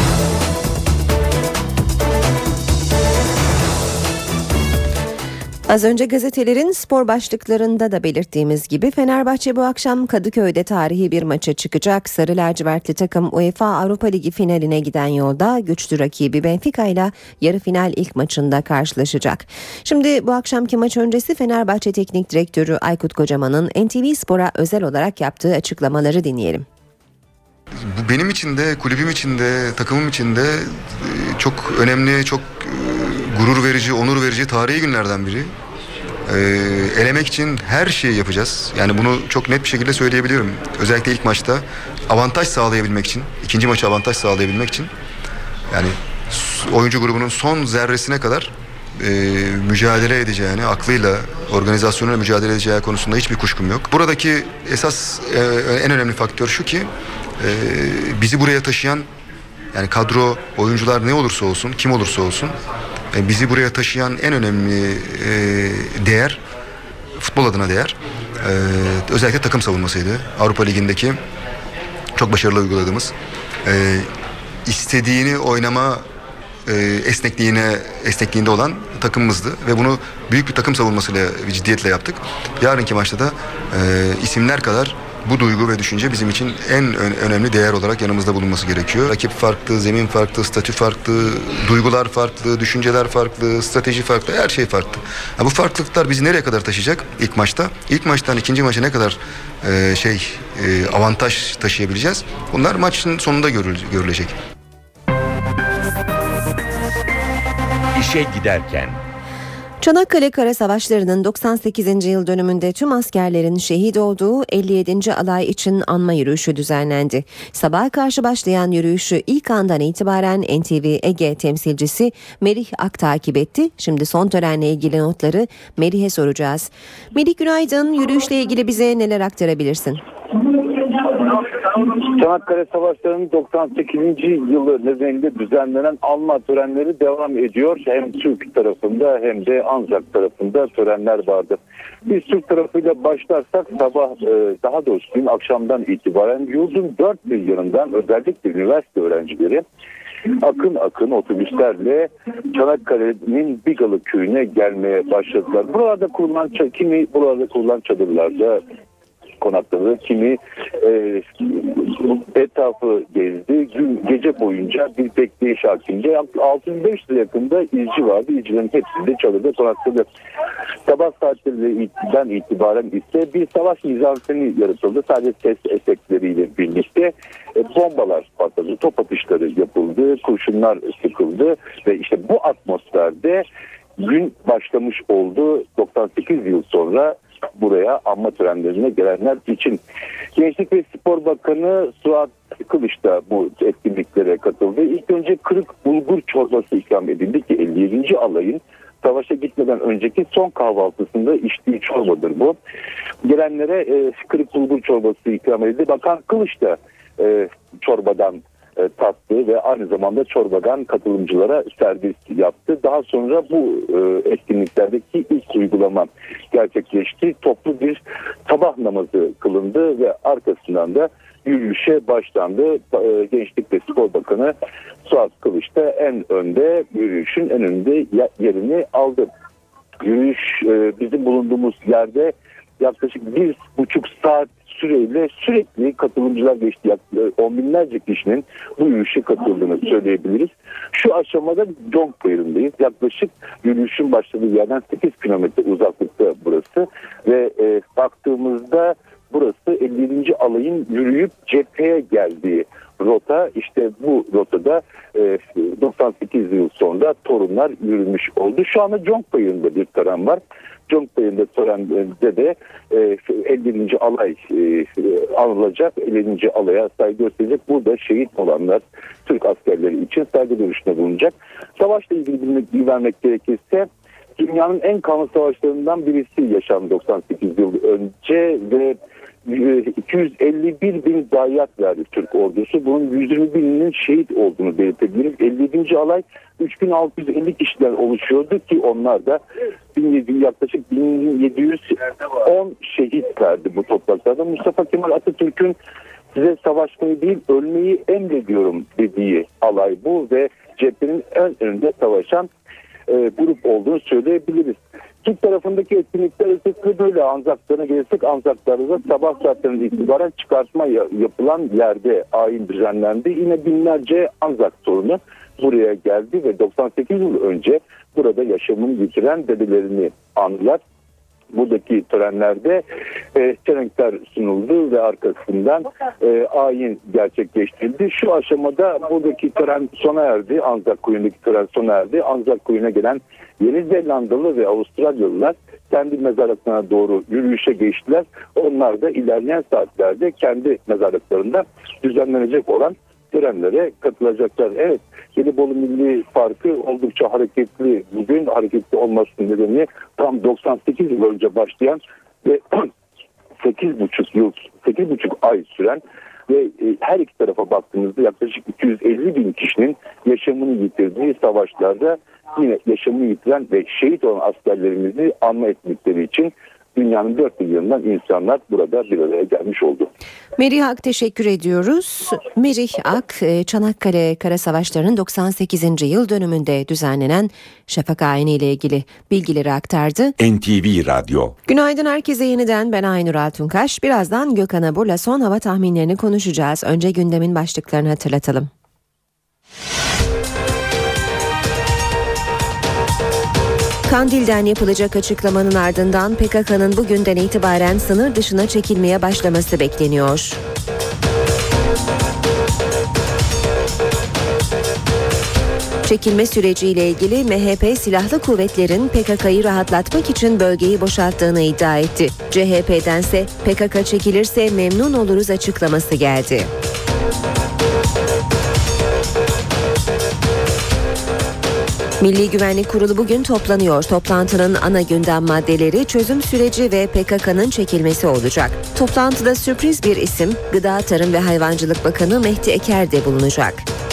Az önce gazetelerin spor başlıklarında da belirttiğimiz gibi Fenerbahçe bu akşam Kadıköy'de tarihi bir maça çıkacak. Sarı lacivertli takım UEFA Avrupa Ligi finaline giden yolda güçlü rakibi Benfica ile yarı final ilk maçında karşılaşacak. Şimdi bu akşamki maç öncesi Fenerbahçe Teknik Direktörü Aykut Kocaman'ın N T V Spor'a özel olarak yaptığı açıklamaları dinleyelim. Bu benim için de, kulübüm için de, takımım için de çok önemli, çok gurur verici, onur verici tarihi günlerden biri. Ee, elemek için her şeyi yapacağız. Yani bunu çok net bir şekilde söyleyebiliyorum. Özellikle ilk maçta avantaj sağlayabilmek için, ikinci maça avantaj sağlayabilmek için. Yani oyuncu grubunun son zerresine kadar e, mücadele edeceğini, aklıyla, organizasyonuyla mücadele edeceği konusunda hiçbir kuşkum yok. Buradaki esas e, en önemli faktör şu ki e, bizi buraya taşıyan, yani kadro, oyuncular ne olursa olsun, kim olursa olsun, e, bizi buraya taşıyan en önemli e, değer, futbol adına değer, e, özellikle takım savunmasıydı. Avrupa Ligi'ndeki çok başarılı uyguladığımız, e, istediğini oynama e, esnekliğine esnekliğinde olan takımımızdı ve bunu büyük bir takım savunmasıyla, bir ciddiyetle yaptık. Yarınki maçta da e, isimler kadar bu duygu ve düşünce bizim için en önemli değer olarak yanımızda bulunması gerekiyor. Rakip farklı, zemin farklı, statü farklı, duygular farklı, düşünceler farklı, strateji farklı, her şey farklı. Yani bu farklılıklar bizi nereye kadar taşıyacak ilk maçta? İlk maçtan ikinci maça ne kadar e, şey e, avantaj taşıyabileceğiz? Bunlar maçın sonunda görül- görülecek. İşe giderken. Çanakkale Kara Savaşları'nın doksan sekizinci yıl dönümünde tüm askerlerin şehit olduğu elli yedinci alay için anma yürüyüşü düzenlendi. Sabaha karşı başlayan yürüyüşü ilk andan itibaren N T V Ege temsilcisi Merih Ak takip etti. Şimdi son törenle ilgili notları Merih'e soracağız. Merih günaydın, yürüyüşle ilgili bize neler aktarabilirsin? Çanakkale Savaşları'nın doksan sekizinci yılı nedeniyle düzenlenen anma törenleri devam ediyor. Hem Türk tarafında hem de Anzak tarafında törenler vardı. Biz Türk tarafıyla başlarsak sabah, daha doğrusu dün akşamdan itibaren yurdun dört bir yanından özellikle üniversite öğrencileri akın akın otobüslerle Çanakkale'nin Bigalı köyüne gelmeye başladılar. Buralarda kurulan kimi buralarda kurulan çadırlarda konakladı, kimi e, etrafı gezdi. Gün, gece boyunca bir bekleyiş halinde altı yüz beş yüze yakında izci vardı. İzcilerin hepsi de çadırda konakladı. Sabah saatlerinden itibaren ise bir savaş mizanseni yaratıldı. Sadece ses efektleriyle birlikte e, bombalar patladı, top atışları yapıldı, kurşunlar sıkıldı ve işte bu atmosferde gün başlamış oldu. doksan sekiz yıl sonra buraya anma törenlerine gelenler için. Gençlik ve Spor Bakanı Suat Kılıç da bu etkinliklere katıldı. İlk önce kırık bulgur çorbası ikram edildi ki elli yedinci alayın savaşa gitmeden önceki son kahvaltısında içtiği çorbadır bu. Gelenlere e, kırık bulgur çorbası ikram edildi. Bakan Kılıç da e, çorbadan e, tattı ve aynı zamanda çorbadan katılımcılara servis yaptı. Daha sonra bu e, etkinliklerdeki ilk uygulama gerçekleşti. Toplu bir sabah namazı kılındı ve arkasından da yürüyüşe başlandı. E, Gençlik ve Spor Bakanı Suat Kılıç da en önde, yürüyüşün en önde yerini aldı. Yürüyüş e, bizim bulunduğumuz yerde yaklaşık bir buçuk saat süreyle sürekli katılımcılar geçti. On binlerce kişinin bu yürüyüşe katıldığını söyleyebiliriz. Şu aşamada Conkbayırı'ndayız. Yaklaşık yürüyüşün başladığı yerden sekiz kilometre uzaklıkta burası ve e, baktığımızda burası elli yedinci alayın yürüyüp cepheye geldiği rota. İşte bu rotada e, doksan sekiz yıl sonra torunlar yürümüş oldu. Şu anda Conkbayırı'nda bir tören var. Conkbayırı'nda törende de e, elli yedinci alay e, anılacak. elli yedinci alaya saygı gösterecek. Burada şehit olanlar Türk askerleri için saygı duruşunda bulunacak. Savaşla ilgili bilgi vermek gerekirse dünyanın en kanlı savaşlarından birisi yaşandı doksan sekiz yıl önce ve iki yüz elli bir bin zayiat verdi Türk ordusu. Bunun yüz yirmi bininin şehit olduğunu belirtebiliriz. elli yedinci alay üç bin altı yüz elli kişiden oluşuyordu ki onlar da yaklaşık bin yedi yüz on şehit verdi bu topraklarda. Mustafa Kemal Atatürk'ün size savaşmayı değil ölmeyi emrediyorum dediği alay bu ve cephenin en önünde savaşan e, grup olduğunu söyleyebiliriz. Türk tarafındaki etkinlikler ise böyle. Anzaklarına gelirsek Anzaklar'da sabah saatlerinden itibaren çıkartma yapılan yerde ayin düzenlendi. Yine binlerce Anzak torunu buraya geldi ve doksan sekiz yıl önce burada yaşamını yitiren dedelerini andılar. Buradaki törenlerde e, çelenkler sunuldu ve arkasından e, ayin gerçekleştirildi. Şu aşamada buradaki tören sona erdi. Anzak Koyu'ndaki tören sona erdi. Anzak Koyu'na gelen Yeni Zelandalı ve Avustralyalılar kendi mezarlıklarına doğru yürüyüşe geçtiler. Onlar da ilerleyen saatlerde kendi mezarlıklarında düzenlenecek olan törenlere katılacaklar. Evet, Gelibolu Milli Parkı oldukça hareketli. Bugün hareketli olmasının nedeni tam doksan sekiz yıl önce başlayan ve sekiz buçuk yıl, sekiz buçuk ay süren ve her iki tarafa baktığımızda yaklaşık iki yüz elli bin kişinin yaşamını yitirdiği savaşlarda yine yaşamını yitiren ve şehit olan askerlerimizi anma ettikleri için dünyanın dört bir yanından insanlar burada bir araya gelmiş oldu. Merih Ak teşekkür ediyoruz. Merih Ak, Çanakkale Kara Savaşları'nın doksan sekizinci yıl dönümünde düzenlenen Şafak Ayini ile ilgili bilgileri aktardı. N T V Radyo. Günaydın herkese yeniden, ben Aynur Altunkaş. Birazdan Gökhan Abur'la son hava tahminlerini konuşacağız. Önce gündemin başlıklarını hatırlatalım. Kandil'den yapılacak açıklamanın ardından P K K'nın bugünden itibaren sınır dışına çekilmeye başlaması bekleniyor. Çekilme süreciyle ilgili M H P silahlı kuvvetlerin P K K'yı rahatlatmak için bölgeyi boşalttığını iddia etti. C H P'dense P K K çekilirse memnun oluruz açıklaması geldi. Milli Güvenlik Kurulu bugün toplanıyor. Toplantının ana gündem maddeleri çözüm süreci ve P K K'nın çekilmesi olacak. Toplantıda sürpriz bir isim, Gıda, Tarım ve Hayvancılık Bakanı Mehdi Eker de bulunacak.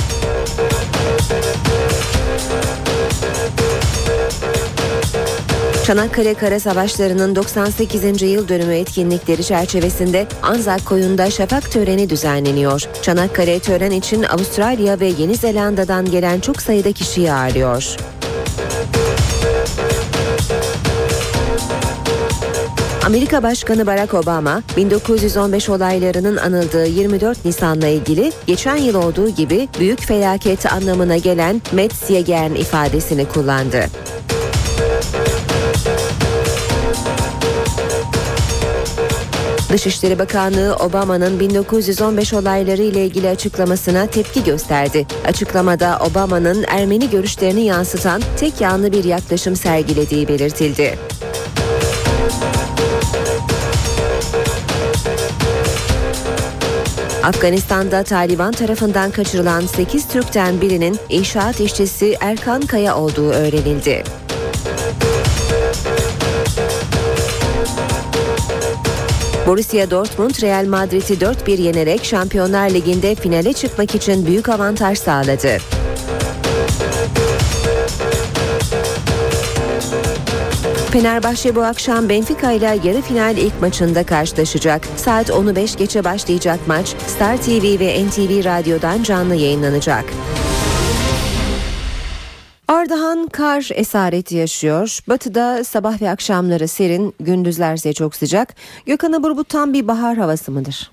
Çanakkale Kara Savaşları'nın doksan sekizinci yıl dönümü etkinlikleri çerçevesinde Anzak Koyu'nda şafak töreni düzenleniyor. Çanakkale tören için Avustralya ve Yeni Zelanda'dan gelen çok sayıda kişiyi ağırlıyor. Amerika Başkanı Barack Obama, bin dokuz yüz on beş olaylarının anıldığı yirmi dört Nisan'la ilgili geçen yıl olduğu gibi büyük felaket anlamına gelen Metzyegen ifadesini kullandı. Dışişleri Bakanlığı Obama'nın bin dokuz yüz on beş olayları ile ilgili açıklamasına tepki gösterdi. Açıklamada Obama'nın Ermeni görüşlerini yansıtan tek yanlı bir yaklaşım sergilediği belirtildi. Afganistan'da Taliban tarafından kaçırılan sekiz Türk'ten birinin inşaat işçisi Erkan Kaya olduğu öğrenildi. Borussia Dortmund, Real Madrid'i dört bir yenerek Şampiyonlar Ligi'nde finale çıkmak için büyük avantaj sağladı. Fenerbahçe bu akşam Benfica ile yarı final ilk maçında karşılaşacak. Saat onu beş geçe başlayacak maç Star T V ve N T V Radyo'dan canlı yayınlanacak. Ardahan kar esareti yaşıyor. Batıda sabah ve akşamları serin, gündüzlerse çok sıcak. Gökhan Abur, bu tam bir bahar havası mıdır?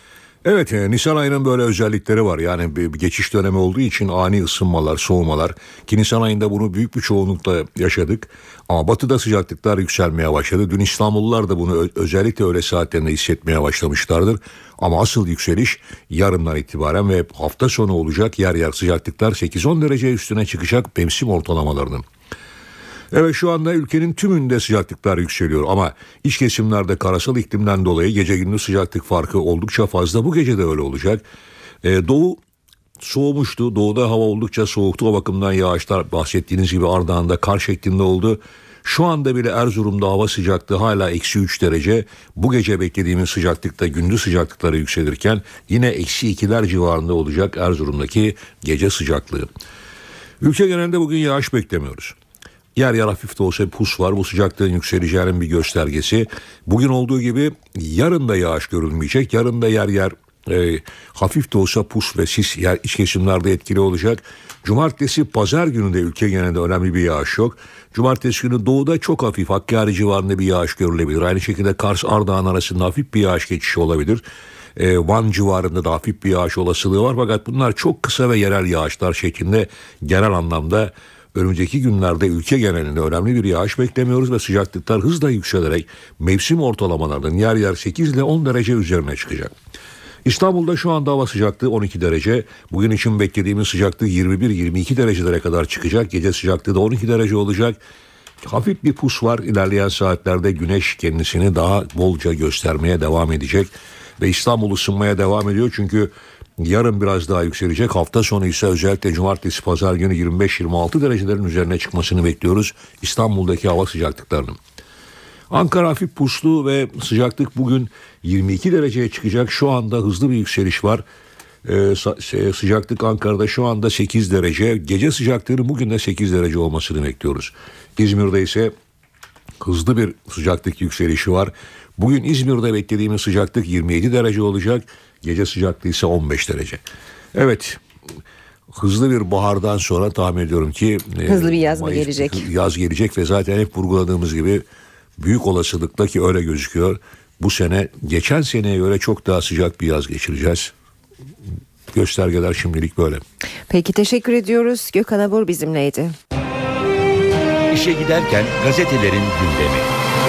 Evet, e, Nisan ayının böyle özellikleri var. Yani bir, bir geçiş dönemi olduğu için ani ısınmalar, soğumalar. Ki Nisan ayında bunu büyük bir çoğunlukla yaşadık. Ama batıda sıcaklıklar yükselmeye başladı. Dün İstanbullular da bunu ö- özellikle öğle saatlerinde hissetmeye başlamışlardır. Ama asıl yükseliş yarından itibaren ve hafta sonu olacak. Yer yer sıcaklıklar sekiz on derece üstüne çıkacak mevsim ortalamalarının. Evet, şu anda ülkenin tümünde sıcaklıklar yükseliyor ama iç kesimlerde karasal iklimden dolayı gece gündüz sıcaklık farkı oldukça fazla. Bu gece de öyle olacak. Ee, doğu soğumuştu. Doğuda hava oldukça soğuktu. O bakımdan yağışlar bahsettiğiniz gibi Ardahan'da kar şeklinde oldu. Şu anda bile Erzurum'da hava sıcaklığı hala eksi üç derece. Bu gece beklediğimiz sıcaklıkta gündüz sıcaklıkları yükselirken yine eksi ikiler civarında olacak Erzurum'daki gece sıcaklığı. Ülke genelinde bugün yağış beklemiyoruz. Yer yer hafif de olsa pus var. Bu sıcaklığın yükseleceğinin bir göstergesi. Bugün olduğu gibi yarın da yağış görülmeyecek. Yarın da yer yer e, hafif de olsa pus ve sis yer iç kesimlerde etkili olacak. Cumartesi, pazar günü de ülke genelinde önemli bir yağış yok. Cumartesi günü doğuda çok hafif Hakkari civarında bir yağış görülebilir. Aynı şekilde Kars, Ardahan arasında hafif bir yağış geçişi olabilir. E, Van civarında da hafif bir yağış olasılığı var. Fakat bunlar çok kısa ve yerel yağışlar şeklinde genel anlamda önümüzdeki günlerde ülke genelinde önemli bir yağış beklemiyoruz ve sıcaklıklar hızla yükselerek mevsim ortalamalarının yer yer sekiz ile on derece üzerine çıkacak. İstanbul'da şu anda hava sıcaklığı on iki derece. Bugün için beklediğimiz sıcaklık yirmi bir yirmi iki derecelere kadar çıkacak. Gece sıcaklığı da on iki derece olacak. Hafif bir pus var. İlerleyen saatlerde güneş kendisini daha bolca göstermeye devam edecek. Ve İstanbul ısınmaya devam ediyor çünkü yarın biraz daha yükselecek. Hafta sonu ise özellikle cumartesi, pazar günü yirmi beş yirmi altı derecelerin üzerine çıkmasını bekliyoruz İstanbul'daki hava sıcaklıklarının. Ankara hafif puslu ve sıcaklık bugün yirmi iki dereceye çıkacak. Şu anda hızlı bir yükseliş var. Ee, sıcaklık Ankara'da şu anda sekiz derece. Gece sıcaklığının bugün de sekiz derece olmasını bekliyoruz. İzmir'de ise hızlı bir sıcaklık yükselişi var. Bugün İzmir'de beklediğimiz sıcaklık yirmi yedi derece olacak. Gece sıcaklığı ise on beş derece. Evet, hızlı bir bahardan sonra tahmin ediyorum ki hızlı bir yaz mı gelecek? Yaz gelecek ve zaten hep vurguladığımız gibi büyük olasılıkla ki öyle gözüküyor. Bu sene geçen seneye göre çok daha sıcak bir yaz geçireceğiz. Göstergeler şimdilik böyle. Peki, teşekkür ediyoruz. Gökhan Abur bizimleydi. İşe giderken gazetelerin gündemi.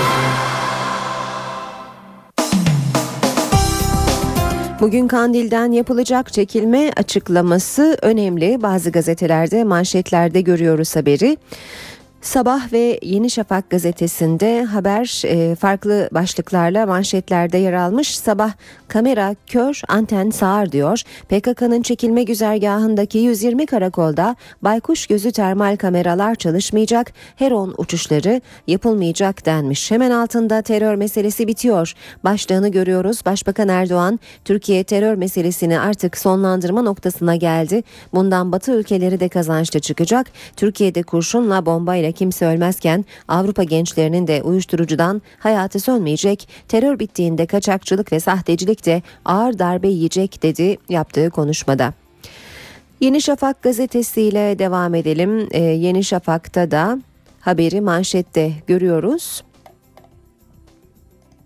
Bugün Kandil'den yapılacak çekilme açıklaması önemli. Bazı gazetelerde, manşetlerde görüyoruz haberi. Sabah ve Yeni Şafak gazetesinde haber e, farklı başlıklarla manşetlerde yer almış. Sabah, kamera kör, anten sağır diyor. P K K'nın çekilme güzergahındaki yüz yirmi karakolda baykuş gözü termal kameralar çalışmayacak, Heron uçuşları yapılmayacak denmiş. Hemen altında terör meselesi bitiyor başlığını görüyoruz. Başbakan Erdoğan, Türkiye terör meselesini artık sonlandırma noktasına geldi. Bundan Batı ülkeleri de kazançlı çıkacak. Türkiye'de kurşunla, bombayla kimse ölmezken Avrupa gençlerinin de uyuşturucudan hayatı sönmeyecek. Terör bittiğinde kaçakçılık ve sahtecilik de ağır darbe yiyecek dedi yaptığı konuşmada. Yeni Şafak gazetesiyle devam edelim. Ee, Yeni Şafak'ta da haberi manşette görüyoruz.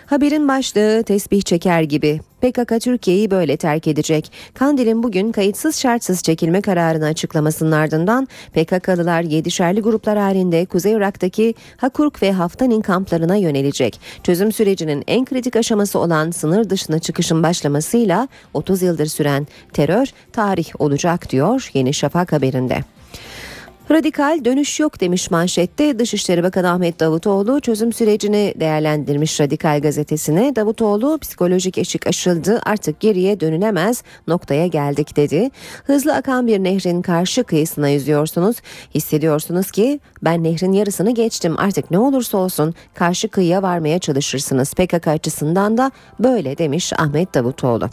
Haberin başlığı tesbih çeker gibi. P K K Türkiye'yi böyle terk edecek. Kandil'in bugün kayıtsız şartsız çekilme kararını açıklamasının ardından P K K'lılar yedişerli gruplar halinde Kuzey Irak'taki Hakurk ve Haftanin kamplarına yönelecek. Çözüm sürecinin en kritik aşaması olan sınır dışına çıkışın başlamasıyla otuz yıldır süren terör tarih olacak diyor Yeni Şafak haberinde. Radikal dönüş yok demiş manşette. Dışişleri Bakanı Ahmet Davutoğlu çözüm sürecini değerlendirmiş Radikal gazetesine. Davutoğlu psikolojik eşik aşıldı, artık geriye dönülemez noktaya geldik dedi. Hızlı akan bir nehrin karşı kıyısına yüzüyorsunuz. Hissediyorsunuz ki ben nehrin yarısını geçtim, artık ne olursa olsun karşı kıyıya varmaya çalışırsınız. P K K açısından da böyle demiş Ahmet Davutoğlu.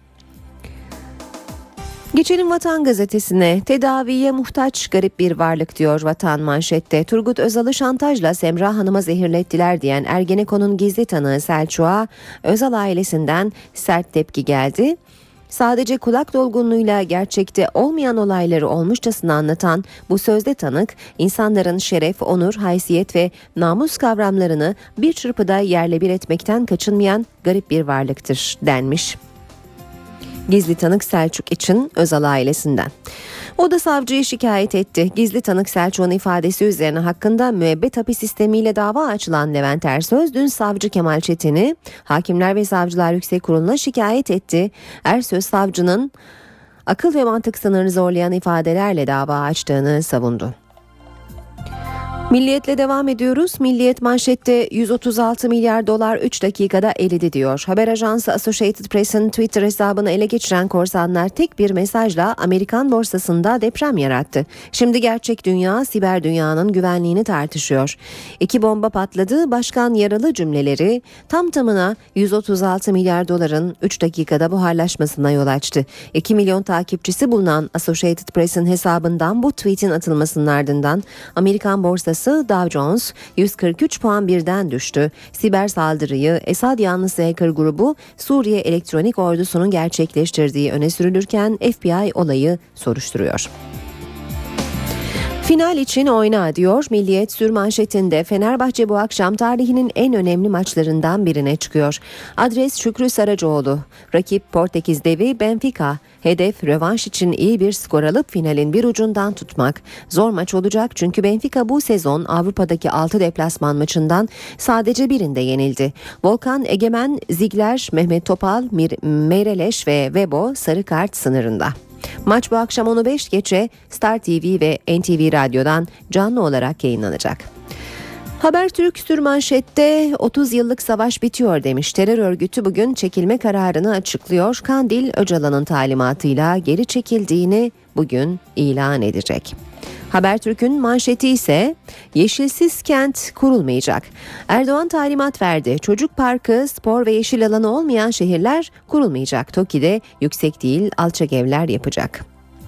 Geçelim Vatan Gazetesi'ne. Tedaviye muhtaç garip bir varlık diyor Vatan manşette. Turgut Özal'ı şantajla Semra Hanım'a zehirlettiler diyen Ergenekon'un gizli tanığı Selçuk'a Özal ailesinden sert tepki geldi. Sadece kulak dolgunluğuyla gerçekte olmayan olayları olmuşçasına anlatan bu sözde tanık, insanların şeref, onur, haysiyet ve namus kavramlarını bir çırpıda yerle bir etmekten kaçınmayan garip bir varlıktır denmiş. Gizli tanık Selçuk için Özal ailesinden. O da savcıyı şikayet etti. Gizli tanık Selçuk'un ifadesi üzerine hakkında müebbet hapis sistemiyle dava açılan Levent Ersöz dün savcı Kemal Çetin'i Hakimler ve Savcılar Yüksek Kurulu'na şikayet etti. Ersöz savcının akıl ve mantık sınırını zorlayan ifadelerle dava açtığını savundu. Milliyetle devam ediyoruz. Milliyet manşette yüz otuz altı milyar dolar üç dakikada eridi diyor. Haber ajansı Associated Press'in Twitter hesabını ele geçiren korsanlar tek bir mesajla Amerikan borsasında deprem yarattı. Şimdi gerçek dünya siber dünyanın güvenliğini tartışıyor. İki bomba patladı, başkan yaralı cümleleri tam tamına yüz otuz altı milyar doların üç dakikada buharlaşmasına yol açtı. iki milyon takipçisi bulunan Associated Press'in hesabından bu tweetin atılmasının ardından Amerikan borsası Dow Jones yüz kırk üç puan birden düştü. Siber saldırıyı Esad yanlısı hacker grubu Suriye Elektronik Ordusu'nun gerçekleştirdiği öne sürülürken F B I olayı soruşturuyor. Final için oyna diyor Milliyet sürmanşetinde. Fenerbahçe bu akşam tarihinin en önemli maçlarından birine çıkıyor. Adres Şükrü Saracoğlu. Rakip Portekiz devi Benfica. Hedef rövanş için iyi bir skor alıp finalin bir ucundan tutmak. Zor maç olacak çünkü Benfica bu sezon Avrupa'daki altı deplasman maçından sadece birinde yenildi. Volkan Egemen, Ziegler, Mehmet Topal, Mir- Meireles ve Webo sarı kart sınırında. Maç bu akşam onu beş geçe Star T V ve N T V Radyo'dan canlı olarak yayınlanacak. Habertürk sürmanşette otuz yıllık savaş bitiyor demiş. Terör örgütü bugün çekilme kararını açıklıyor. Kandil Öcalan'ın talimatıyla geri çekildiğini bugün ilan edecek. Habertürk'ün manşeti ise yeşilsiz kent kurulmayacak. Erdoğan talimat verdi. Çocuk parkı, spor ve yeşil alanı olmayan şehirler kurulmayacak. TOKİ'de yüksek değil alçak evler yapacak.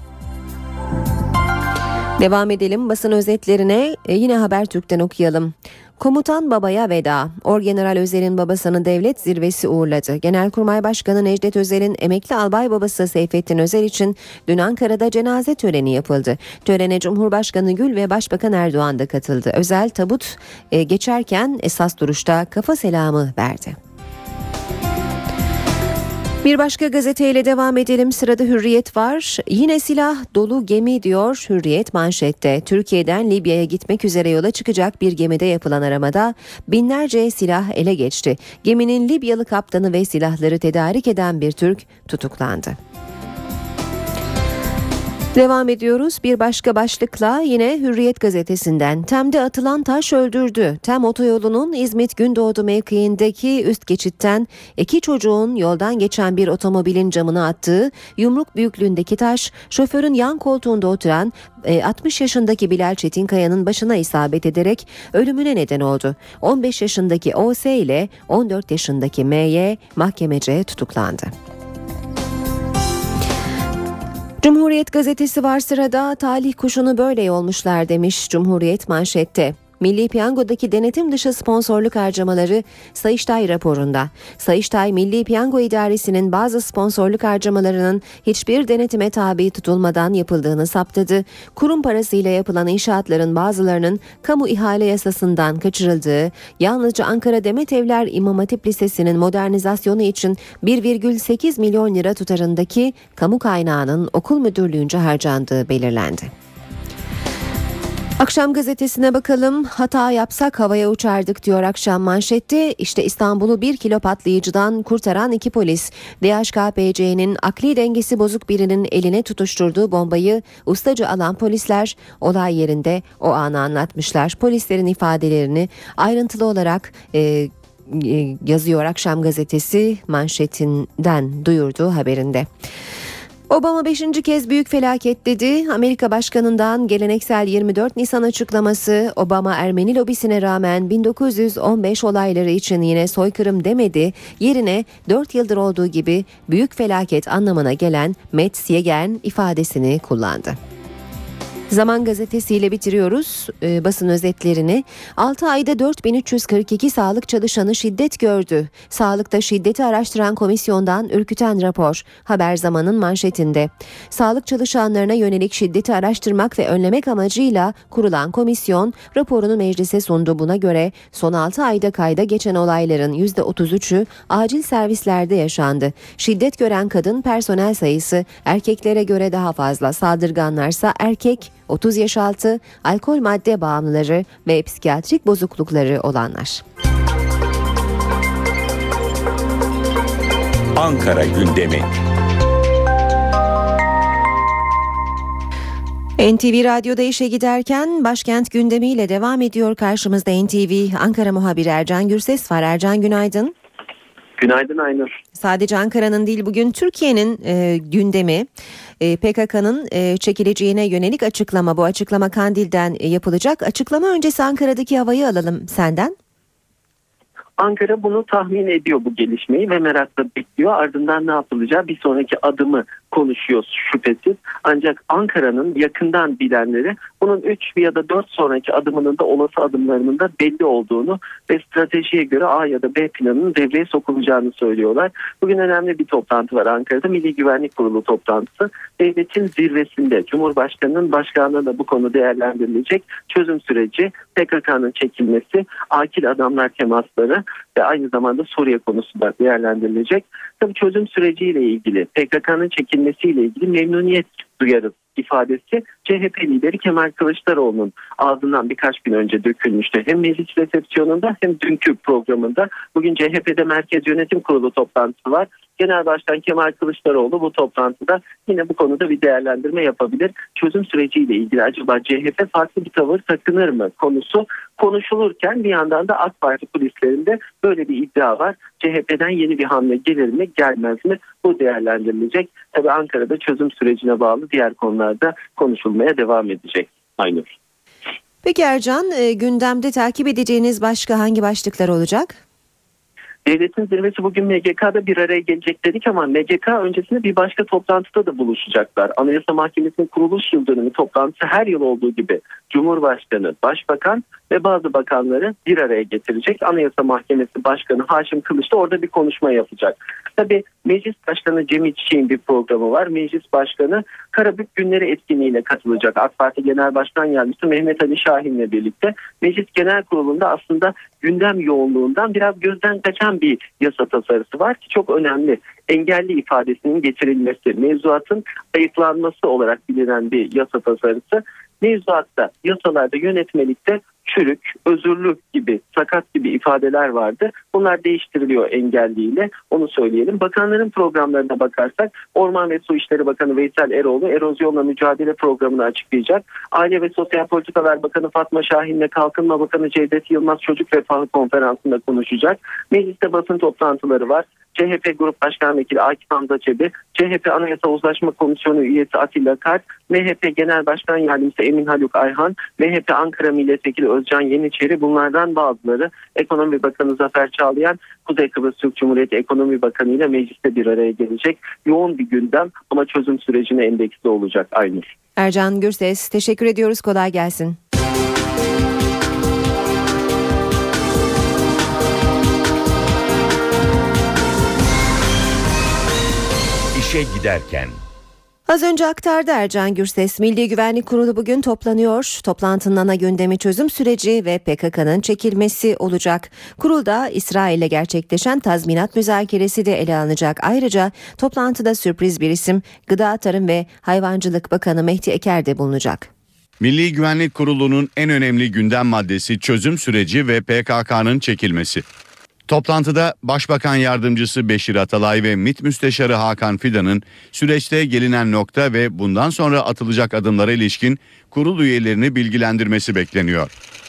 Devam edelim basın özetlerine. E, yine Habertürk'ten okuyalım. Komutan babaya veda. Orgeneral Özel'in babasını devlet zirvesi uğurladı. Genelkurmay Başkanı Necdet Özel'in emekli albay babası Seyfettin Özel için dün Ankara'da cenaze töreni yapıldı. Törene Cumhurbaşkanı Gül ve Başbakan Erdoğan da katıldı. Özel tabut e, geçerken esas duruşta kafa selamı verdi. Bir başka gazeteyle devam edelim. Sırada Hürriyet var. Yine silah dolu gemi diyor Hürriyet manşette. Türkiye'den Libya'ya gitmek üzere yola çıkacak bir gemide yapılan aramada binlerce silah ele geçti. Geminin Libyalı kaptanı ve silahları tedarik eden bir Türk tutuklandı. Devam ediyoruz bir başka başlıkla yine Hürriyet gazetesinden. Tem'de atılan taş öldürdü. Tem otoyolunun İzmit Gündoğdu mevkiindeki üst geçitten iki çocuğun yoldan geçen bir otomobilin camına attığı yumruk büyüklüğündeki taş şoförün yan koltuğunda oturan altmış yaşındaki Bilal Çetinkaya'nın başına isabet ederek ölümüne neden oldu. on beş yaşındaki O S ile on dört yaşındaki M Y mahkemece tutuklandı. Cumhuriyet gazetesi var sırada. Talih kuşunu böyle yolmuşlar demiş Cumhuriyet manşette. Milli Piyango'daki denetim dışı sponsorluk harcamaları Sayıştay raporunda. Sayıştay, Milli Piyango İdaresi'nin bazı sponsorluk harcamalarının hiçbir denetime tabi tutulmadan yapıldığını saptadı. Kurum parasıyla yapılan inşaatların bazılarının kamu ihale yasasından kaçırıldığı, yalnızca Ankara Demet Evler İmam Hatip Lisesi'nin modernizasyonu için bir virgül sekiz milyon lira tutarındaki kamu kaynağının okul müdürlüğünce harcandığı belirlendi. Akşam gazetesine bakalım. Hata yapsak havaya uçardık diyor akşam manşette. İşte İstanbul'u bir kilo patlayıcıdan kurtaran iki polis. D H K P C'nin akli dengesi bozuk birinin eline tutuşturduğu bombayı ustaca alan polisler olay yerinde o anı anlatmışlar. Polislerin ifadelerini ayrıntılı olarak e, yazıyor akşam gazetesi, manşetinden duyurduğu haberinde. Obama beşinci kez büyük felaket dedi. Amerika Başkanı'ndan geleneksel yirmi dört Nisan açıklaması, Obama Ermeni lobisine rağmen bin dokuz yüz on beş olayları için yine soykırım demedi. Yerine dört yıldır olduğu gibi büyük felaket anlamına gelen Metz Yegen ifadesini kullandı. Zaman gazetesiyle bitiriyoruz e, basın özetlerini. altı ayda dört bin üç yüz kırk iki sağlık çalışanı şiddet gördü. Sağlıkta şiddeti araştıran komisyondan ürküten rapor. Haber Zaman'ın manşetinde. Sağlık çalışanlarına yönelik şiddeti araştırmak ve önlemek amacıyla kurulan komisyon raporunu meclise sundu. Buna göre son altı ayda kayda geçen olayların yüzde otuz üçü acil servislerde yaşandı. Şiddet gören kadın personel sayısı erkeklere göre daha fazla. Saldırganlarsa erkek, otuz yaş altı, alkol madde bağımlıları ve psikiyatrik bozuklukları olanlar. Ankara gündemi. N T V Radyo'da işe giderken başkent gündemiyle devam ediyor. Karşımızda N T V Ankara muhabiri Ercan Gürses var. Ercan, günaydın. Günaydın Aynur. Sadece Ankara'nın değil, bugün Türkiye'nin e, gündemi. E, P K K'nın e, çekileceğine yönelik açıklama. Bu açıklama Kandil'den e, yapılacak. Açıklama öncesi Ankara'daki havayı alalım senden. Ankara bunu tahmin ediyor, bu gelişmeyi, ve merakla bekliyor. Ardından ne yapılacağı, bir sonraki adımı konuşuyor şüphesiz. Ancak Ankara'nın yakından bilenleri bunun üç ya da dört sonraki adımının da olası adımlarının da belli olduğunu ve stratejiye göre A ya da B planının devreye sokulacağını söylüyorlar. Bugün önemli bir toplantı var Ankara'da. Milli Güvenlik Kurulu toplantısı. Devletin zirvesinde Cumhurbaşkanı'nın başkanlığı da bu konu değerlendirilecek. Çözüm süreci, P K K'nın çekilmesi, akil adamlar temasları ve aynı zamanda Suriye konusu da değerlendirilecek. Tabii çözüm süreciyle ilgili, P K K'nın çekilmesiyle ilgili memnuniyet duyarız ifadesi C H P lideri Kemal Kılıçdaroğlu'nun ağzından birkaç gün önce dökülmüştü. Hem meclis resepsiyonunda hem dünkü programında. Bugün C H P'de Merkez Yönetim Kurulu toplantısı var. Genel Başkan Kemal Kılıçdaroğlu bu toplantıda yine bu konuda bir değerlendirme yapabilir. Çözüm süreciyle ilgili acaba C H P farklı bir tavır takınır mı konusu konuşulurken bir yandan da AK Parti kulislerinde böyle bir iddia var. C H P'den yeni bir hamle gelir mi, gelmez mi? Bu değerlendirilecek. Tabii Ankara'da çözüm sürecine bağlı diğer konularda konuşulmaya devam edecek. Aynur. Peki Ercan, gündemde takip edeceğiniz başka hangi başlıklar olacak? Devletin zirvesi bugün M G K'da bir araya gelecek dedik ama M G K öncesinde bir başka toplantıda da buluşacaklar. Anayasa Mahkemesi'nin kuruluş yıl dönümü toplantısı her yıl olduğu gibi Cumhurbaşkanı, Başbakan ve bazı bakanları bir araya getirecek. Anayasa Mahkemesi Başkanı Haşim Kılıç da orada bir konuşma yapacak. Tabii Meclis Başkanı Cemil Çiçek'in bir programı var. Meclis Başkanı Karabük Günleri etkinliğine katılacak. AK Parti Genel Başkan Yardımcısı Mehmet Ali Şahin'le birlikte Meclis Genel Kurulu'nda aslında gündem yoğunluğundan biraz gözden kaçan bir yasa tasarısı var ki çok önemli. Engelli ifadesinin getirilmesi, mevzuatın ayıklanması olarak bilinen bir yasa tasarısı. Mevzuatta, yasalarda, yönetmelikte çürük, özürlük gibi, sakat gibi ifadeler vardı. Bunlar değiştiriliyor engelliyle, onu söyleyelim. Bakanların programlarına bakarsak Orman ve Su İşleri Bakanı Veysel Eroğlu erozyonla mücadele programını açıklayacak. Aile ve Sosyal Politikalar Bakanı Fatma Şahin'le Kalkınma Bakanı Cevdet Yılmaz Çocuk Refahı Konferansı'nda konuşacak. Mecliste basın toplantıları var. C H P Grup Başkan Vekili Akif Hamza Çebi, C H P Anayasa Uzlaşma Komisyonu üyesi Atilla Kart, M H P Genel Başkan Yardımcısı Emin Haluk Ayhan, M H P Ankara Milletvekili Özcan Yeniçeri, bunlardan bazıları. Ekonomi Bakanı Zafer Çağlayan, Kuzey Kıbrıs Türk Cumhuriyeti Ekonomi Bakanı ile mecliste bir araya gelecek. Yoğun bir gündem ama çözüm sürecine endeksli olacak Aynur. Ercan Gürses, teşekkür ediyoruz. Kolay gelsin. İşe giderken. Az önce aktardı Ercan Gürses. Milli Güvenlik Kurulu bugün toplanıyor. Toplantının ana gündemi çözüm süreci ve P K K'nın çekilmesi olacak. Kurulda İsrail'le gerçekleşen tazminat müzakeresi de ele alınacak. Ayrıca toplantıda sürpriz bir isim Gıda, Tarım ve Hayvancılık Bakanı Mehdi Eker de bulunacak. Milli Güvenlik Kurulu'nun en önemli gündem maddesi çözüm süreci ve P K K'nın çekilmesi. Toplantıda Başbakan Yardımcısı Beşir Atalay ve MİT Müsteşarı Hakan Fidan'ın süreçte gelinen nokta ve bundan sonra atılacak adımlara ilişkin kurul üyelerini bilgilendirmesi bekleniyor.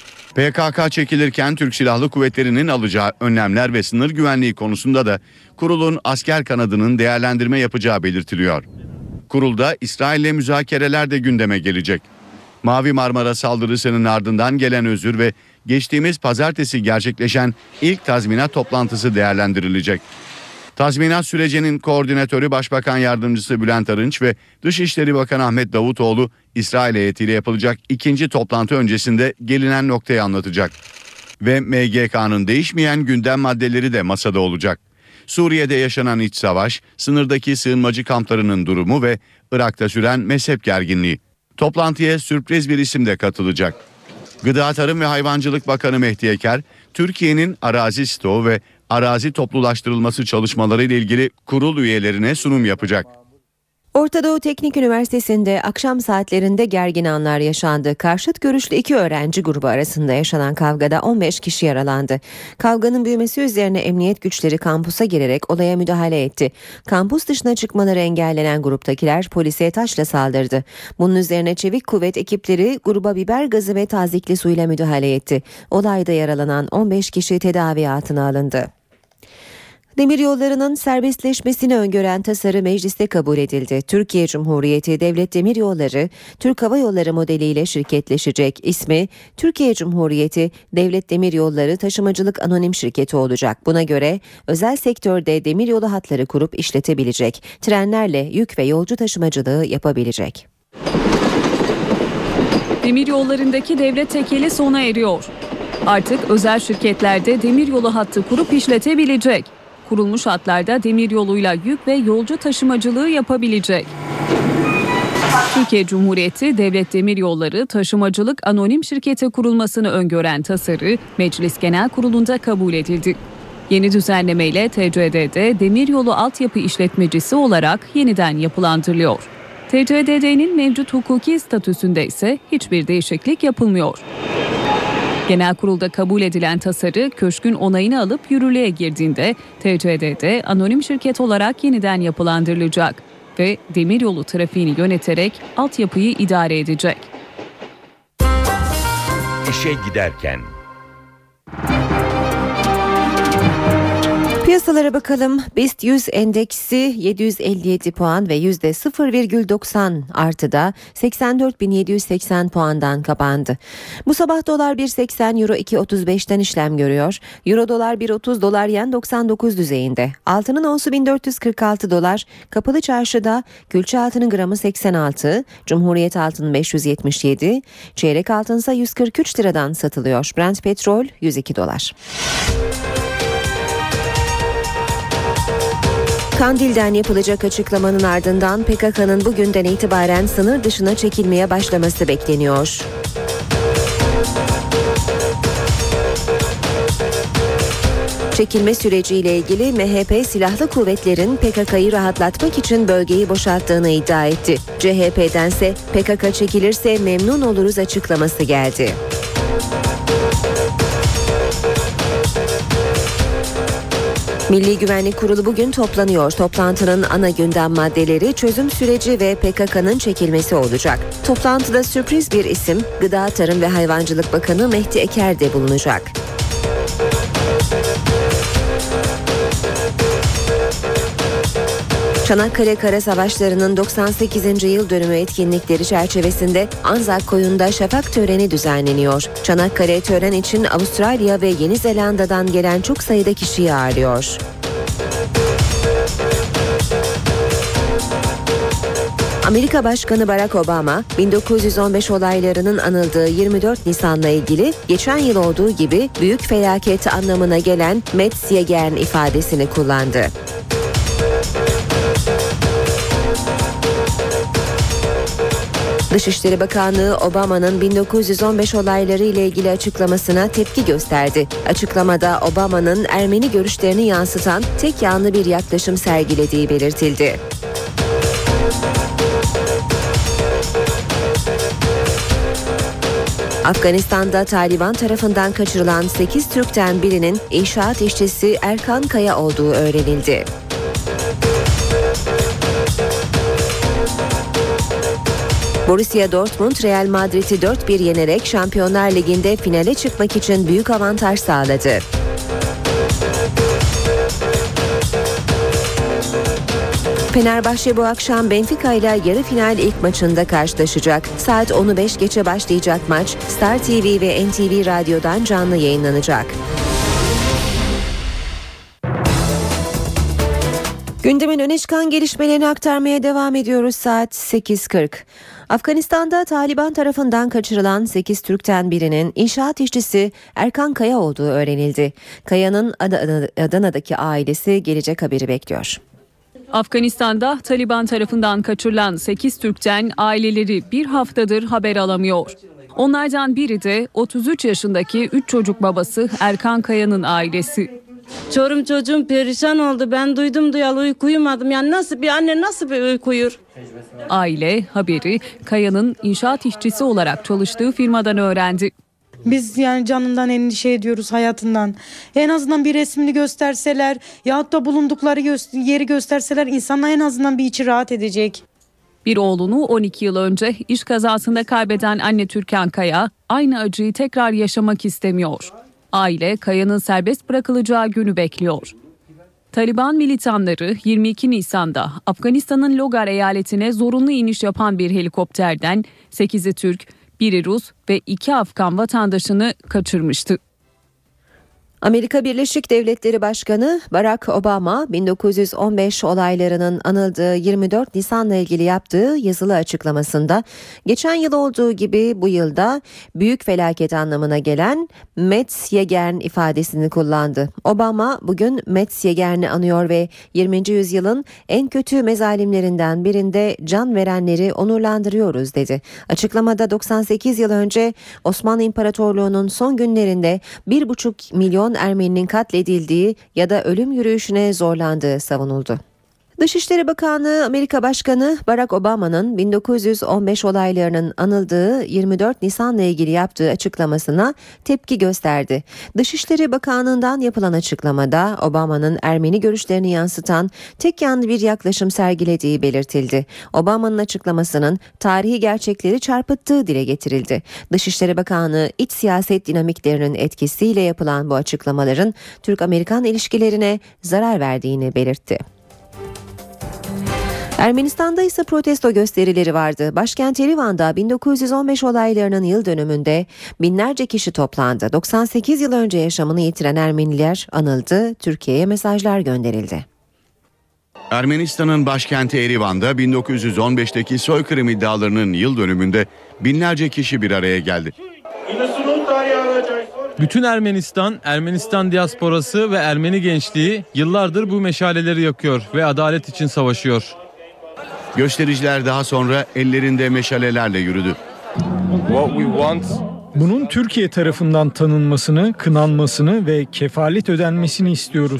P K K çekilirken Türk Silahlı Kuvvetleri'nin alacağı önlemler ve sınır güvenliği konusunda da kurulun asker kanadının değerlendirme yapacağı belirtiliyor. Kurulda İsrail'le müzakereler de gündeme gelecek. Mavi Marmara saldırısının ardından gelen özür ve geçtiğimiz pazartesi gerçekleşen ilk tazminat toplantısı değerlendirilecek. Tazminat sürecinin koordinatörü Başbakan Yardımcısı Bülent Arınç ve Dışişleri Bakanı Ahmet Davutoğlu İsrail heyetiyle yapılacak ikinci toplantı öncesinde gelinen noktayı anlatacak. Ve M G K'nın değişmeyen gündem maddeleri de masada olacak. Suriye'de yaşanan iç savaş, sınırdaki sığınmacı kamplarının durumu ve Irak'ta süren mezhep gerginliği. Toplantıya sürpriz bir isim de katılacak. Gıda, Tarım ve Hayvancılık Bakanı Mehdi Eker, Türkiye'nin arazi stoğu ve arazi toplulaştırılması çalışmaları ile ilgili kurul üyelerine sunum yapacak. Orta Doğu Teknik Üniversitesi'nde akşam saatlerinde gergin anlar yaşandı. Karşıt görüşlü iki öğrenci grubu arasında yaşanan kavgada on beş kişi yaralandı. Kavganın büyümesi üzerine emniyet güçleri kampusa girerek olaya müdahale etti. Kampus dışına çıkmaları engellenen gruptakiler polise taşla saldırdı. Bunun üzerine çevik kuvvet ekipleri gruba biber gazı ve tazikli suyla müdahale etti. Olayda yaralanan on beş kişi tedavi altına alındı. Demiryollarının serbestleşmesini öngören tasarı mecliste kabul edildi. Türkiye Cumhuriyeti Devlet Demiryolları, Türk Hava Yolları modeliyle şirketleşecek. İsmi Türkiye Cumhuriyeti Devlet Demiryolları Taşımacılık Anonim Şirketi olacak. Buna göre özel sektörde demiryolu hatları kurup işletebilecek. Trenlerle yük ve yolcu taşımacılığı yapabilecek. Demiryollarındaki devlet tekeli sona eriyor. Artık özel şirketlerde demiryolu hattı kurup işletebilecek. Kurulmuş hatlarda demiryoluyla yük ve yolcu taşımacılığı yapabilecek. Türkiye Cumhuriyeti Devlet Demiryolları Taşımacılık Anonim Şirketi kurulmasını öngören tasarı Meclis Genel Kurulu'nda kabul edildi. Yeni düzenlemeyle T C D'de demiryolu altyapı işletmecisi olarak yeniden yapılandırılıyor. T C D D'nin mevcut hukuki statüsünde ise hiçbir değişiklik yapılmıyor. Genel kurulda kabul edilen tasarı köşkün onayını alıp yürürlüğe girdiğinde T C D'de anonim şirket olarak yeniden yapılandırılacak ve demiryolu trafiğini yöneterek altyapıyı idare edecek. İşe giderken. Piyasalara bakalım. BIST yüz endeksi yedi yüz elli yedi puan ve yüzde sıfır virgül doksan artıda seksen dört bin yedi yüz seksen puandan kapandı. Bu sabah dolar bir virgül seksen, euro iki virgül otuz beşten işlem görüyor. Euro dolar bir virgül otuz, dolar yen doksan dokuz düzeyinde. Altının onsu bin dört yüz kırk altı dolar. Kapalı çarşıda külçe altının gramı seksen altı, Cumhuriyet altını beş yüz yetmiş yedi, çeyrek altınsa yüz kırk üç liradan satılıyor. Brent petrol yüz iki dolar. Kandil'den yapılacak açıklamanın ardından P K K'nın bugünden itibaren sınır dışına çekilmeye başlaması bekleniyor. Çekilme süreciyle ilgili M H P silahlı kuvvetlerin P K K'yı rahatlatmak için bölgeyi boşalttığını iddia etti. C H P'dense P K K çekilirse memnun oluruz açıklaması geldi. Milli Güvenlik Kurulu bugün toplanıyor. Toplantının ana gündem maddeleri çözüm süreci ve P K K'nın çekilmesi olacak. Toplantıda sürpriz bir isim Gıda, Tarım ve Hayvancılık Bakanı Mehdi Eker de bulunacak. Çanakkale Kara Savaşları'nın doksan sekizinci yıl dönümü etkinlikleri çerçevesinde Anzak Koyun'da şafak töreni düzenleniyor. Çanakkale tören için Avustralya ve Yeni Zelanda'dan gelen çok sayıda kişiyi ağırlıyor. Amerika Başkanı Barack Obama, bin dokuz yüz on beş olaylarının anıldığı yirmi dört Nisan'la ilgili geçen yıl olduğu gibi büyük felaket anlamına gelen Metz Yegern ifadesini kullandı. Dışişleri Bakanlığı Obama'nın bin dokuz yüz on beş olayları ile ilgili açıklamasına tepki gösterdi. Açıklamada Obama'nın Ermeni görüşlerini yansıtan tek yanlı bir yaklaşım sergilediği belirtildi. Afganistan'da Taliban tarafından kaçırılan sekiz Türk'ten birinin inşaat işçisi Erkan Kaya olduğu öğrenildi. Borussia Dortmund, Real Madrid'i dört bir yenerek Şampiyonlar Ligi'nde finale çıkmak için büyük avantaj sağladı. Fenerbahçe bu akşam Benfica ile yarı final ilk maçında karşılaşacak. Saat onu beş geçe başlayacak maç Star T V ve N T V Radyo'dan canlı yayınlanacak. Gündemin öne çıkan gelişmelerini aktarmaya devam ediyoruz saat sekiz kırk. Afganistan'da Taliban tarafından kaçırılan sekiz Türk'ten birinin inşaat işçisi Erkan Kaya olduğu öğrenildi. Kaya'nın Adana'daki ailesi gelecek haberi bekliyor. Afganistan'da Taliban tarafından kaçırılan sekiz Türk'ten aileleri bir haftadır haber alamıyor. Onlardan biri de otuz üç yaşındaki üç çocuk babası Erkan Kaya'nın ailesi. Çorum çocuğum perişan oldu. Ben duydum duyalı uyku uyumadım. Yani nasıl bir anne nasıl bir uyku uyur? Aile haberi Kaya'nın inşaat işçisi olarak çalıştığı firmadan öğrendi. Biz yani canından endişe ediyoruz, hayatından. En azından bir resmini gösterseler yahut da bulundukları gö- yeri gösterseler insanlar en azından bir içi rahat edecek. Bir oğlunu on iki yıl önce iş kazasında kaybeden anne Türkan Kaya aynı acıyı tekrar yaşamak istemiyor. Aile Kaya'nın serbest bırakılacağı günü bekliyor. Taliban militanları yirmi iki Nisan'da Afganistan'ın Logar eyaletine zorunlu iniş yapan bir helikopterden sekizi Türk, biri Rus ve iki Afgan vatandaşını kaçırmıştı. Amerika Birleşik Devletleri Başkanı Barack Obama bin dokuz yüz on beş olaylarının anıldığı yirmi dört Nisan'la ilgili yaptığı yazılı açıklamasında geçen yıl olduğu gibi bu yılda büyük felaket anlamına gelen Metz-Yegern ifadesini kullandı. Obama bugün Metz-Yegern'i anıyor ve yirminci yüzyılın en kötü mezalimlerinden birinde can verenleri onurlandırıyoruz dedi. Açıklamada doksan sekiz yıl önce Osmanlı İmparatorluğu'nun son günlerinde bir buçuk milyon Ermeninin katledildiği ya da ölüm yürüyüşüne zorlandığı savunuldu. Dışişleri Bakanlığı Amerika Başkanı Barack Obama'nın bin dokuz yüz on beş olaylarının anıldığı yirmi dört Nisan'la ilgili yaptığı açıklamasına tepki gösterdi. Dışişleri Bakanlığı'ndan yapılan açıklamada Obama'nın Ermeni görüşlerini yansıtan tek yanlı bir yaklaşım sergilediği belirtildi. Obama'nın açıklamasının tarihi gerçekleri çarpıttığı dile getirildi. Dışişleri Bakanlığı iç siyaset dinamiklerinin etkisiyle yapılan bu açıklamaların Türk-Amerikan ilişkilerine zarar verdiğini belirtti. Ermenistan'da ise protesto gösterileri vardı. Başkent Erivan'da bin dokuz yüz on beş olaylarının yıl dönümünde binlerce kişi toplandı. doksan sekiz yıl önce yaşamını yitiren Ermeniler anıldı, Türkiye'ye mesajlar gönderildi. Ermenistan'ın başkenti Erivan'da bin dokuz yüz on beşteki soykırım iddialarının yıl dönümünde binlerce kişi bir araya geldi. Bütün Ermenistan, Ermenistan diasporası ve Ermeni gençliği yıllardır bu meşaleleri yakıyor ve adalet için savaşıyor. Göstericiler daha sonra ellerinde meşalelerle yürüdü. Bunun Türkiye tarafından tanınmasını, kınanmasını ve kefalet ödenmesini istiyoruz.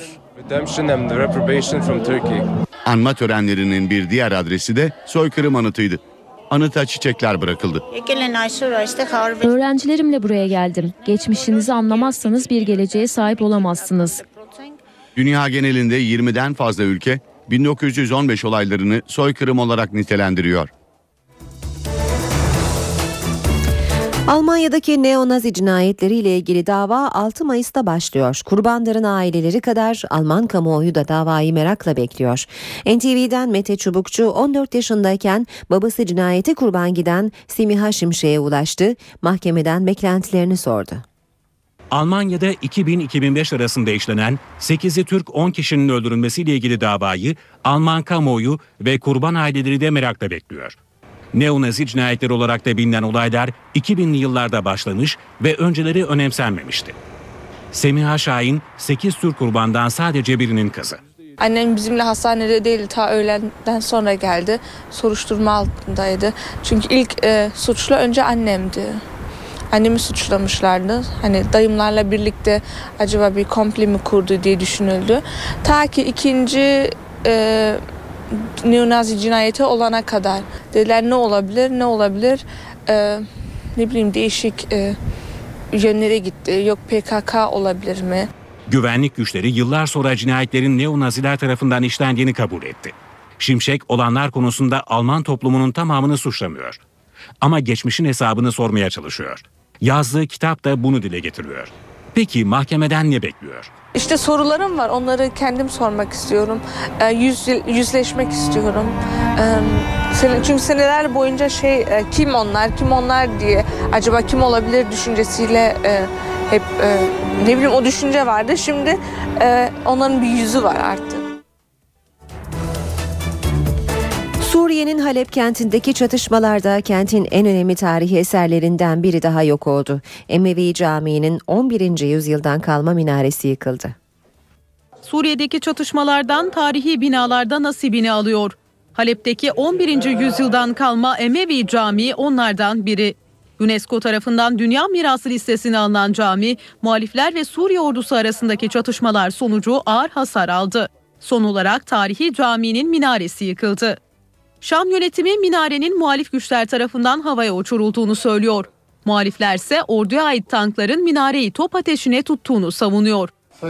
Anma törenlerinin bir diğer adresi de soykırım anıtıydı. Anıta çiçekler bırakıldı. Öğrencilerimle buraya geldim. Geçmişinizi anlamazsanız bir geleceğe sahip olamazsınız. Dünya genelinde yirmiden fazla ülke bin dokuz yüz on beş olaylarını soykırım olarak nitelendiriyor. Almanya'daki neonazi cinayetleriyle ilgili dava altı Mayıs'ta başlıyor. Kurbanların aileleri kadar Alman kamuoyu da davayı merakla bekliyor. N T V'den Mete Çubukçu on dört yaşındayken babası cinayete kurban giden Semiha Şimşek'e ulaştı. Mahkemeden beklentilerini sordu. Almanya'da iki bin iki bin beş arasında işlenen sekizi Türk on kişinin öldürülmesiyle ilgili davayı Alman kamuoyu ve kurban aileleri de merakla bekliyor. Neonazi cinayetleri olarak da bilinen olaylar iki binli yıllarda başlamış ve önceleri önemsenmemişti. Semiha Şahin sekiz Türk kurbandan sadece birinin kızı. Annem bizimle hastanede değildi, ta öğlenden sonra geldi. Soruşturma altındaydı. Çünkü ilk e, suçlu önce annemdi. Annemi suçlamışlardı. Hani dayımlarla birlikte acaba bir komple mi kurdu diye düşünüldü. Ta ki ikinci e, neonazi cinayeti olana kadar. Dediler ne olabilir, ne olabilir? E, ne bileyim değişik e, yönlere gitti. Yok P K K olabilir mi? Güvenlik güçleri yıllar sonra cinayetlerin neonaziler tarafından işlendiğini kabul etti. Şimşek olanlar konusunda Alman toplumunun tamamını suçlamıyor. Ama geçmişin hesabını sormaya çalışıyor. Yazdığı kitap da bunu dile getiriyor. Peki mahkemeden ne bekliyor? İşte sorularım var. Onları kendim sormak istiyorum. E, yüz, yüzleşmek istiyorum. E, çünkü seneler boyunca şey e, kim onlar, kim onlar diye acaba kim olabilir düşüncesiyle e, hep e, ne bileyim o düşünce vardı. Şimdi e, onların bir yüzü var artık. Suriye'nin Halep kentindeki çatışmalarda kentin en önemli tarihi eserlerinden biri daha yok oldu. Emevi Camii'nin on birinci yüzyıldan kalma minaresi yıkıldı. Suriye'deki çatışmalardan tarihi binalarda nasibini alıyor. Halep'teki on birinci yüzyıldan kalma Emevi Camii onlardan biri. UNESCO tarafından Dünya Mirası listesine alınan cami, muhalifler ve Suriye ordusu arasındaki çatışmalar sonucu ağır hasar aldı. Son olarak tarihi caminin minaresi yıkıldı. Şam yönetimi minarenin muhalif güçler tarafından havaya uçurulduğunu söylüyor. Muhalifler ise orduya ait tankların minareyi top ateşine tuttuğunu savunuyor.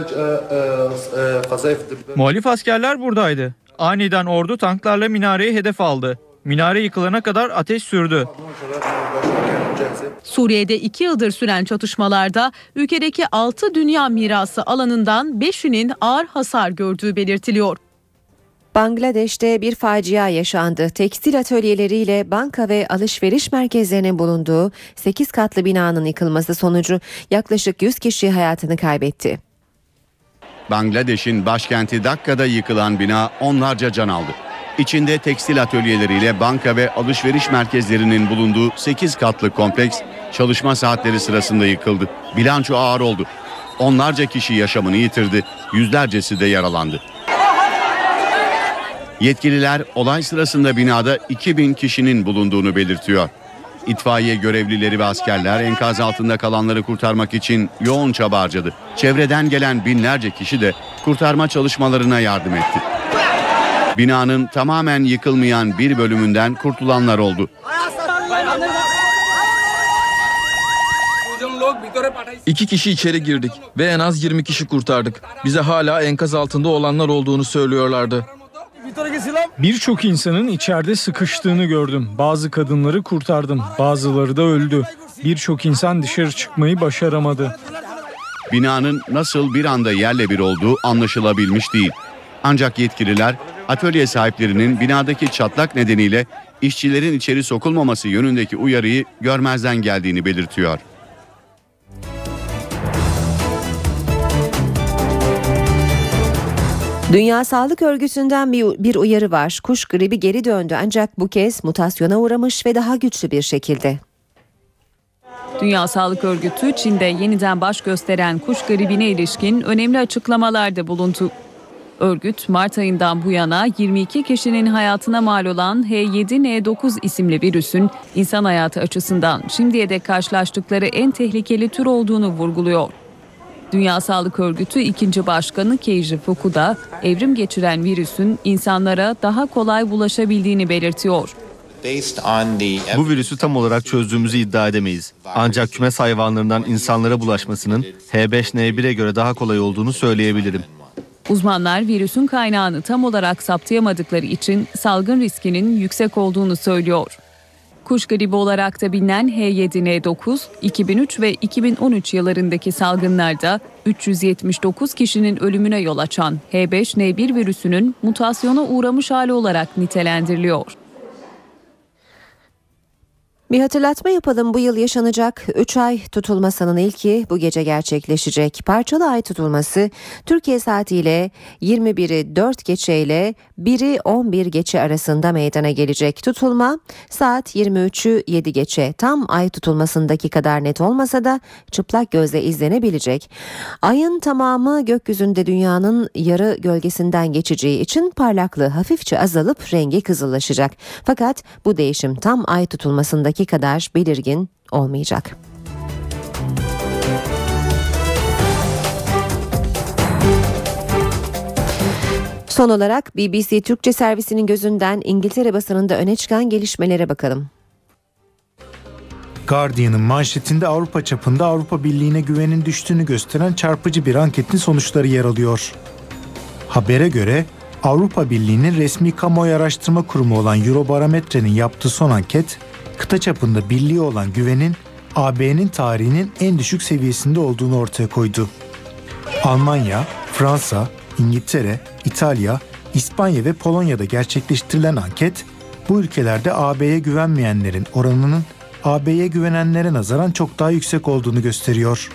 Muhalif askerler buradaydı. Aniden ordu tanklarla minareyi hedef aldı. Minare yıkılana kadar ateş sürdü. Suriye'de iki yıldır süren çatışmalarda ülkedeki altı dünya mirası alanından beşinin ağır hasar gördüğü belirtiliyor. Bangladeş'te bir facia yaşandı. Tekstil atölyeleriyle banka ve alışveriş merkezlerinin bulunduğu sekiz katlı binanın yıkılması sonucu yaklaşık yüz kişi hayatını kaybetti. Bangladeş'in başkenti Dakka'da yıkılan bina onlarca can aldı. İçinde tekstil atölyeleriyle banka ve alışveriş merkezlerinin bulunduğu sekiz katlı kompleks çalışma saatleri sırasında yıkıldı. Bilanço ağır oldu. Onlarca kişi yaşamını yitirdi, yüzlercesi de yaralandı. Yetkililer olay sırasında binada iki bin kişinin bulunduğunu belirtiyor. İtfaiye görevlileri ve askerler enkaz altında kalanları kurtarmak için yoğun çaba harcadı. Çevreden gelen binlerce kişi de kurtarma çalışmalarına yardım etti. Binanın tamamen yıkılmayan bir bölümünden kurtulanlar oldu. İki kişi içeri girdik ve en az yirmi kişi kurtardık. Bize hala enkaz altında olanlar olduğunu söylüyorlardı. Birçok insanın içeride sıkıştığını gördüm. Bazı kadınları kurtardım. Bazıları da öldü. Birçok insan dışarı çıkmayı başaramadı. Binanın nasıl bir anda yerle bir olduğu anlaşılabilmiş değil. Ancak yetkililer atölye sahiplerinin binadaki çatlak nedeniyle işçilerin içeri sokulmaması yönündeki uyarıyı görmezden geldiğini belirtiyor. Dünya Sağlık Örgütü'nden bir, bir uyarı var. Kuş gribi geri döndü ancak bu kez mutasyona uğramış ve daha güçlü bir şekilde. Dünya Sağlık Örgütü Çin'de yeniden baş gösteren kuş gribine ilişkin önemli açıklamalarda bulundu. Örgüt Mart ayından bu yana yirmi iki kişinin hayatına mal olan H yedi N dokuz isimli virüsün insan hayatı açısından şimdiye dek karşılaştıkları en tehlikeli tür olduğunu vurguluyor. Dünya Sağlık Örgütü ikinci Başkanı Keiji Fukuda, evrim geçiren virüsün insanlara daha kolay bulaşabildiğini belirtiyor. Bu virüsü tam olarak çözdüğümüzü iddia edemeyiz. Ancak kümes hayvanlarından insanlara bulaşmasının H beş N bir'e göre daha kolay olduğunu söyleyebilirim. Uzmanlar virüsün kaynağını tam olarak saptayamadıkları için salgın riskinin yüksek olduğunu söylüyor. Kuş gribi olarak da bilinen H yedi N dokuz, iki bin üç ve iki bin on üç yıllarındaki salgınlarda üç yüz yetmiş dokuz kişinin ölümüne yol açan H beş N bir virüsünün mutasyona uğramış hali olarak nitelendiriliyor. Bir hatırlatma yapalım. Bu yıl yaşanacak üç ay tutulmasının ilki bu gece gerçekleşecek. Parçalı ay tutulması Türkiye saatiyle yirmi biri dört geçe ile biri on bir geçe arasında meydana gelecek. Tutulma saat yirmi üçü yedi geçe. Tam ay tutulmasındaki kadar net olmasa da çıplak gözle izlenebilecek. Ayın tamamı gökyüzünde dünyanın yarı gölgesinden geçeceği için parlaklığı hafifçe azalıp rengi kızıllaşacak. Fakat bu değişim tam ay tutulmasındaki kadar belirgin olmayacak. Son olarak B B C Türkçe servisinin gözünden İngiltere basınında öne çıkan gelişmelere bakalım. Guardian'ın manşetinde Avrupa çapında Avrupa Birliği'ne güvenin düştüğünü gösteren çarpıcı bir anketin sonuçları yer alıyor. Habere göre Avrupa Birliği'nin resmi kamuoyu araştırma kurumu olan Eurobarometre'nin yaptığı son anket, kıta çapında birliğe olan güvenin A B'nin tarihinin en düşük seviyesinde olduğunu ortaya koydu. Almanya, Fransa, İngiltere, İtalya, İspanya ve Polonya'da gerçekleştirilen anket, bu ülkelerde A B'ye güvenmeyenlerin oranının A B'ye güvenenlere nazaran çok daha yüksek olduğunu gösteriyor.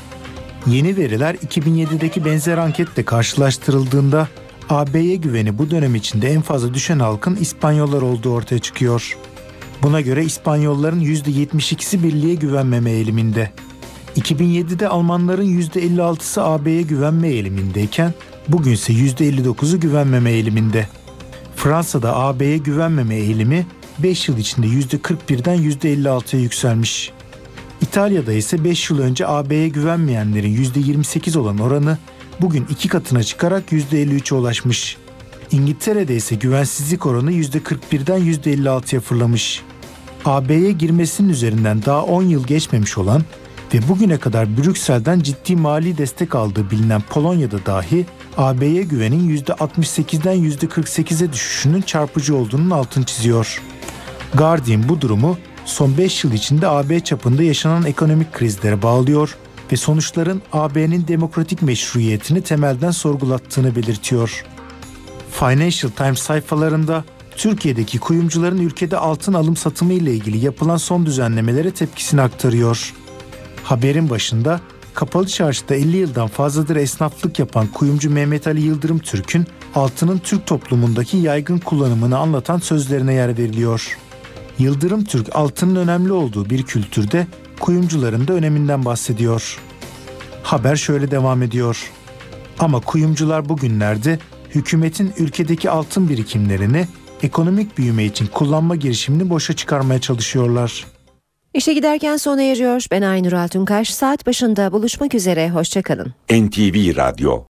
Yeni veriler iki bin yedideki benzer anketle karşılaştırıldığında A B'ye güveni bu dönem içinde en fazla düşen halkın İspanyollar olduğu ortaya çıkıyor. Buna göre İspanyolların yüzde yetmiş ikisi birliğe güvenmeme eğiliminde. iki bin yedide Almanların yüzde elli altısı A B'ye güvenme eğilimindeyken bugünse yüzde elli dokuzu güvenmeme eğiliminde. Fransa'da A B'ye güvenmeme eğilimi beş yıl içinde yüzde kırk birden yüzde elli altıya yükselmiş. İtalya'da ise beş yıl önce A B'ye güvenmeyenlerin yüzde yirmi sekiz olan oranı bugün iki katına çıkarak yüzde elli üçe ulaşmış. İngiltere'de ise güvensizlik oranı yüzde kırk birden yüzde elli altıya fırlamış. A B'ye girmesinin üzerinden daha on yıl geçmemiş olan ve bugüne kadar Brüksel'den ciddi mali destek aldığı bilinen Polonya'da dahi A B'ye güvenin yüzde altmış sekizden yüzde kırk sekize düşüşünün çarpıcı olduğunun altını çiziyor. Guardian bu durumu son beş yıl içinde A B çapında yaşanan ekonomik krizlere bağlıyor ve sonuçların A B'nin demokratik meşruiyetini temelden sorgulattığını belirtiyor. Financial Times sayfalarında Türkiye'deki kuyumcuların ülkede altın alım satımı ile ilgili yapılan son düzenlemelere tepkisini aktarıyor. Haberin başında Kapalı Çarşı'da elli yıldan fazladır esnaflık yapan kuyumcu Mehmet Ali Yıldırım Türk'ün altının Türk toplumundaki yaygın kullanımını anlatan sözlerine yer veriliyor. Yıldırım Türk altının önemli olduğu bir kültürde kuyumcuların da öneminden bahsediyor. Haber şöyle devam ediyor. Ama kuyumcular bugünlerde hükümetin ülkedeki altın birikimlerini ekonomik büyüme için kullanma girişimini boşa çıkarmaya çalışıyorlar. İşe giderken sona eriyor. Ben Aynur Altunkaş. Saat başında buluşmak üzere. Hoşça kalın. N T V Radyo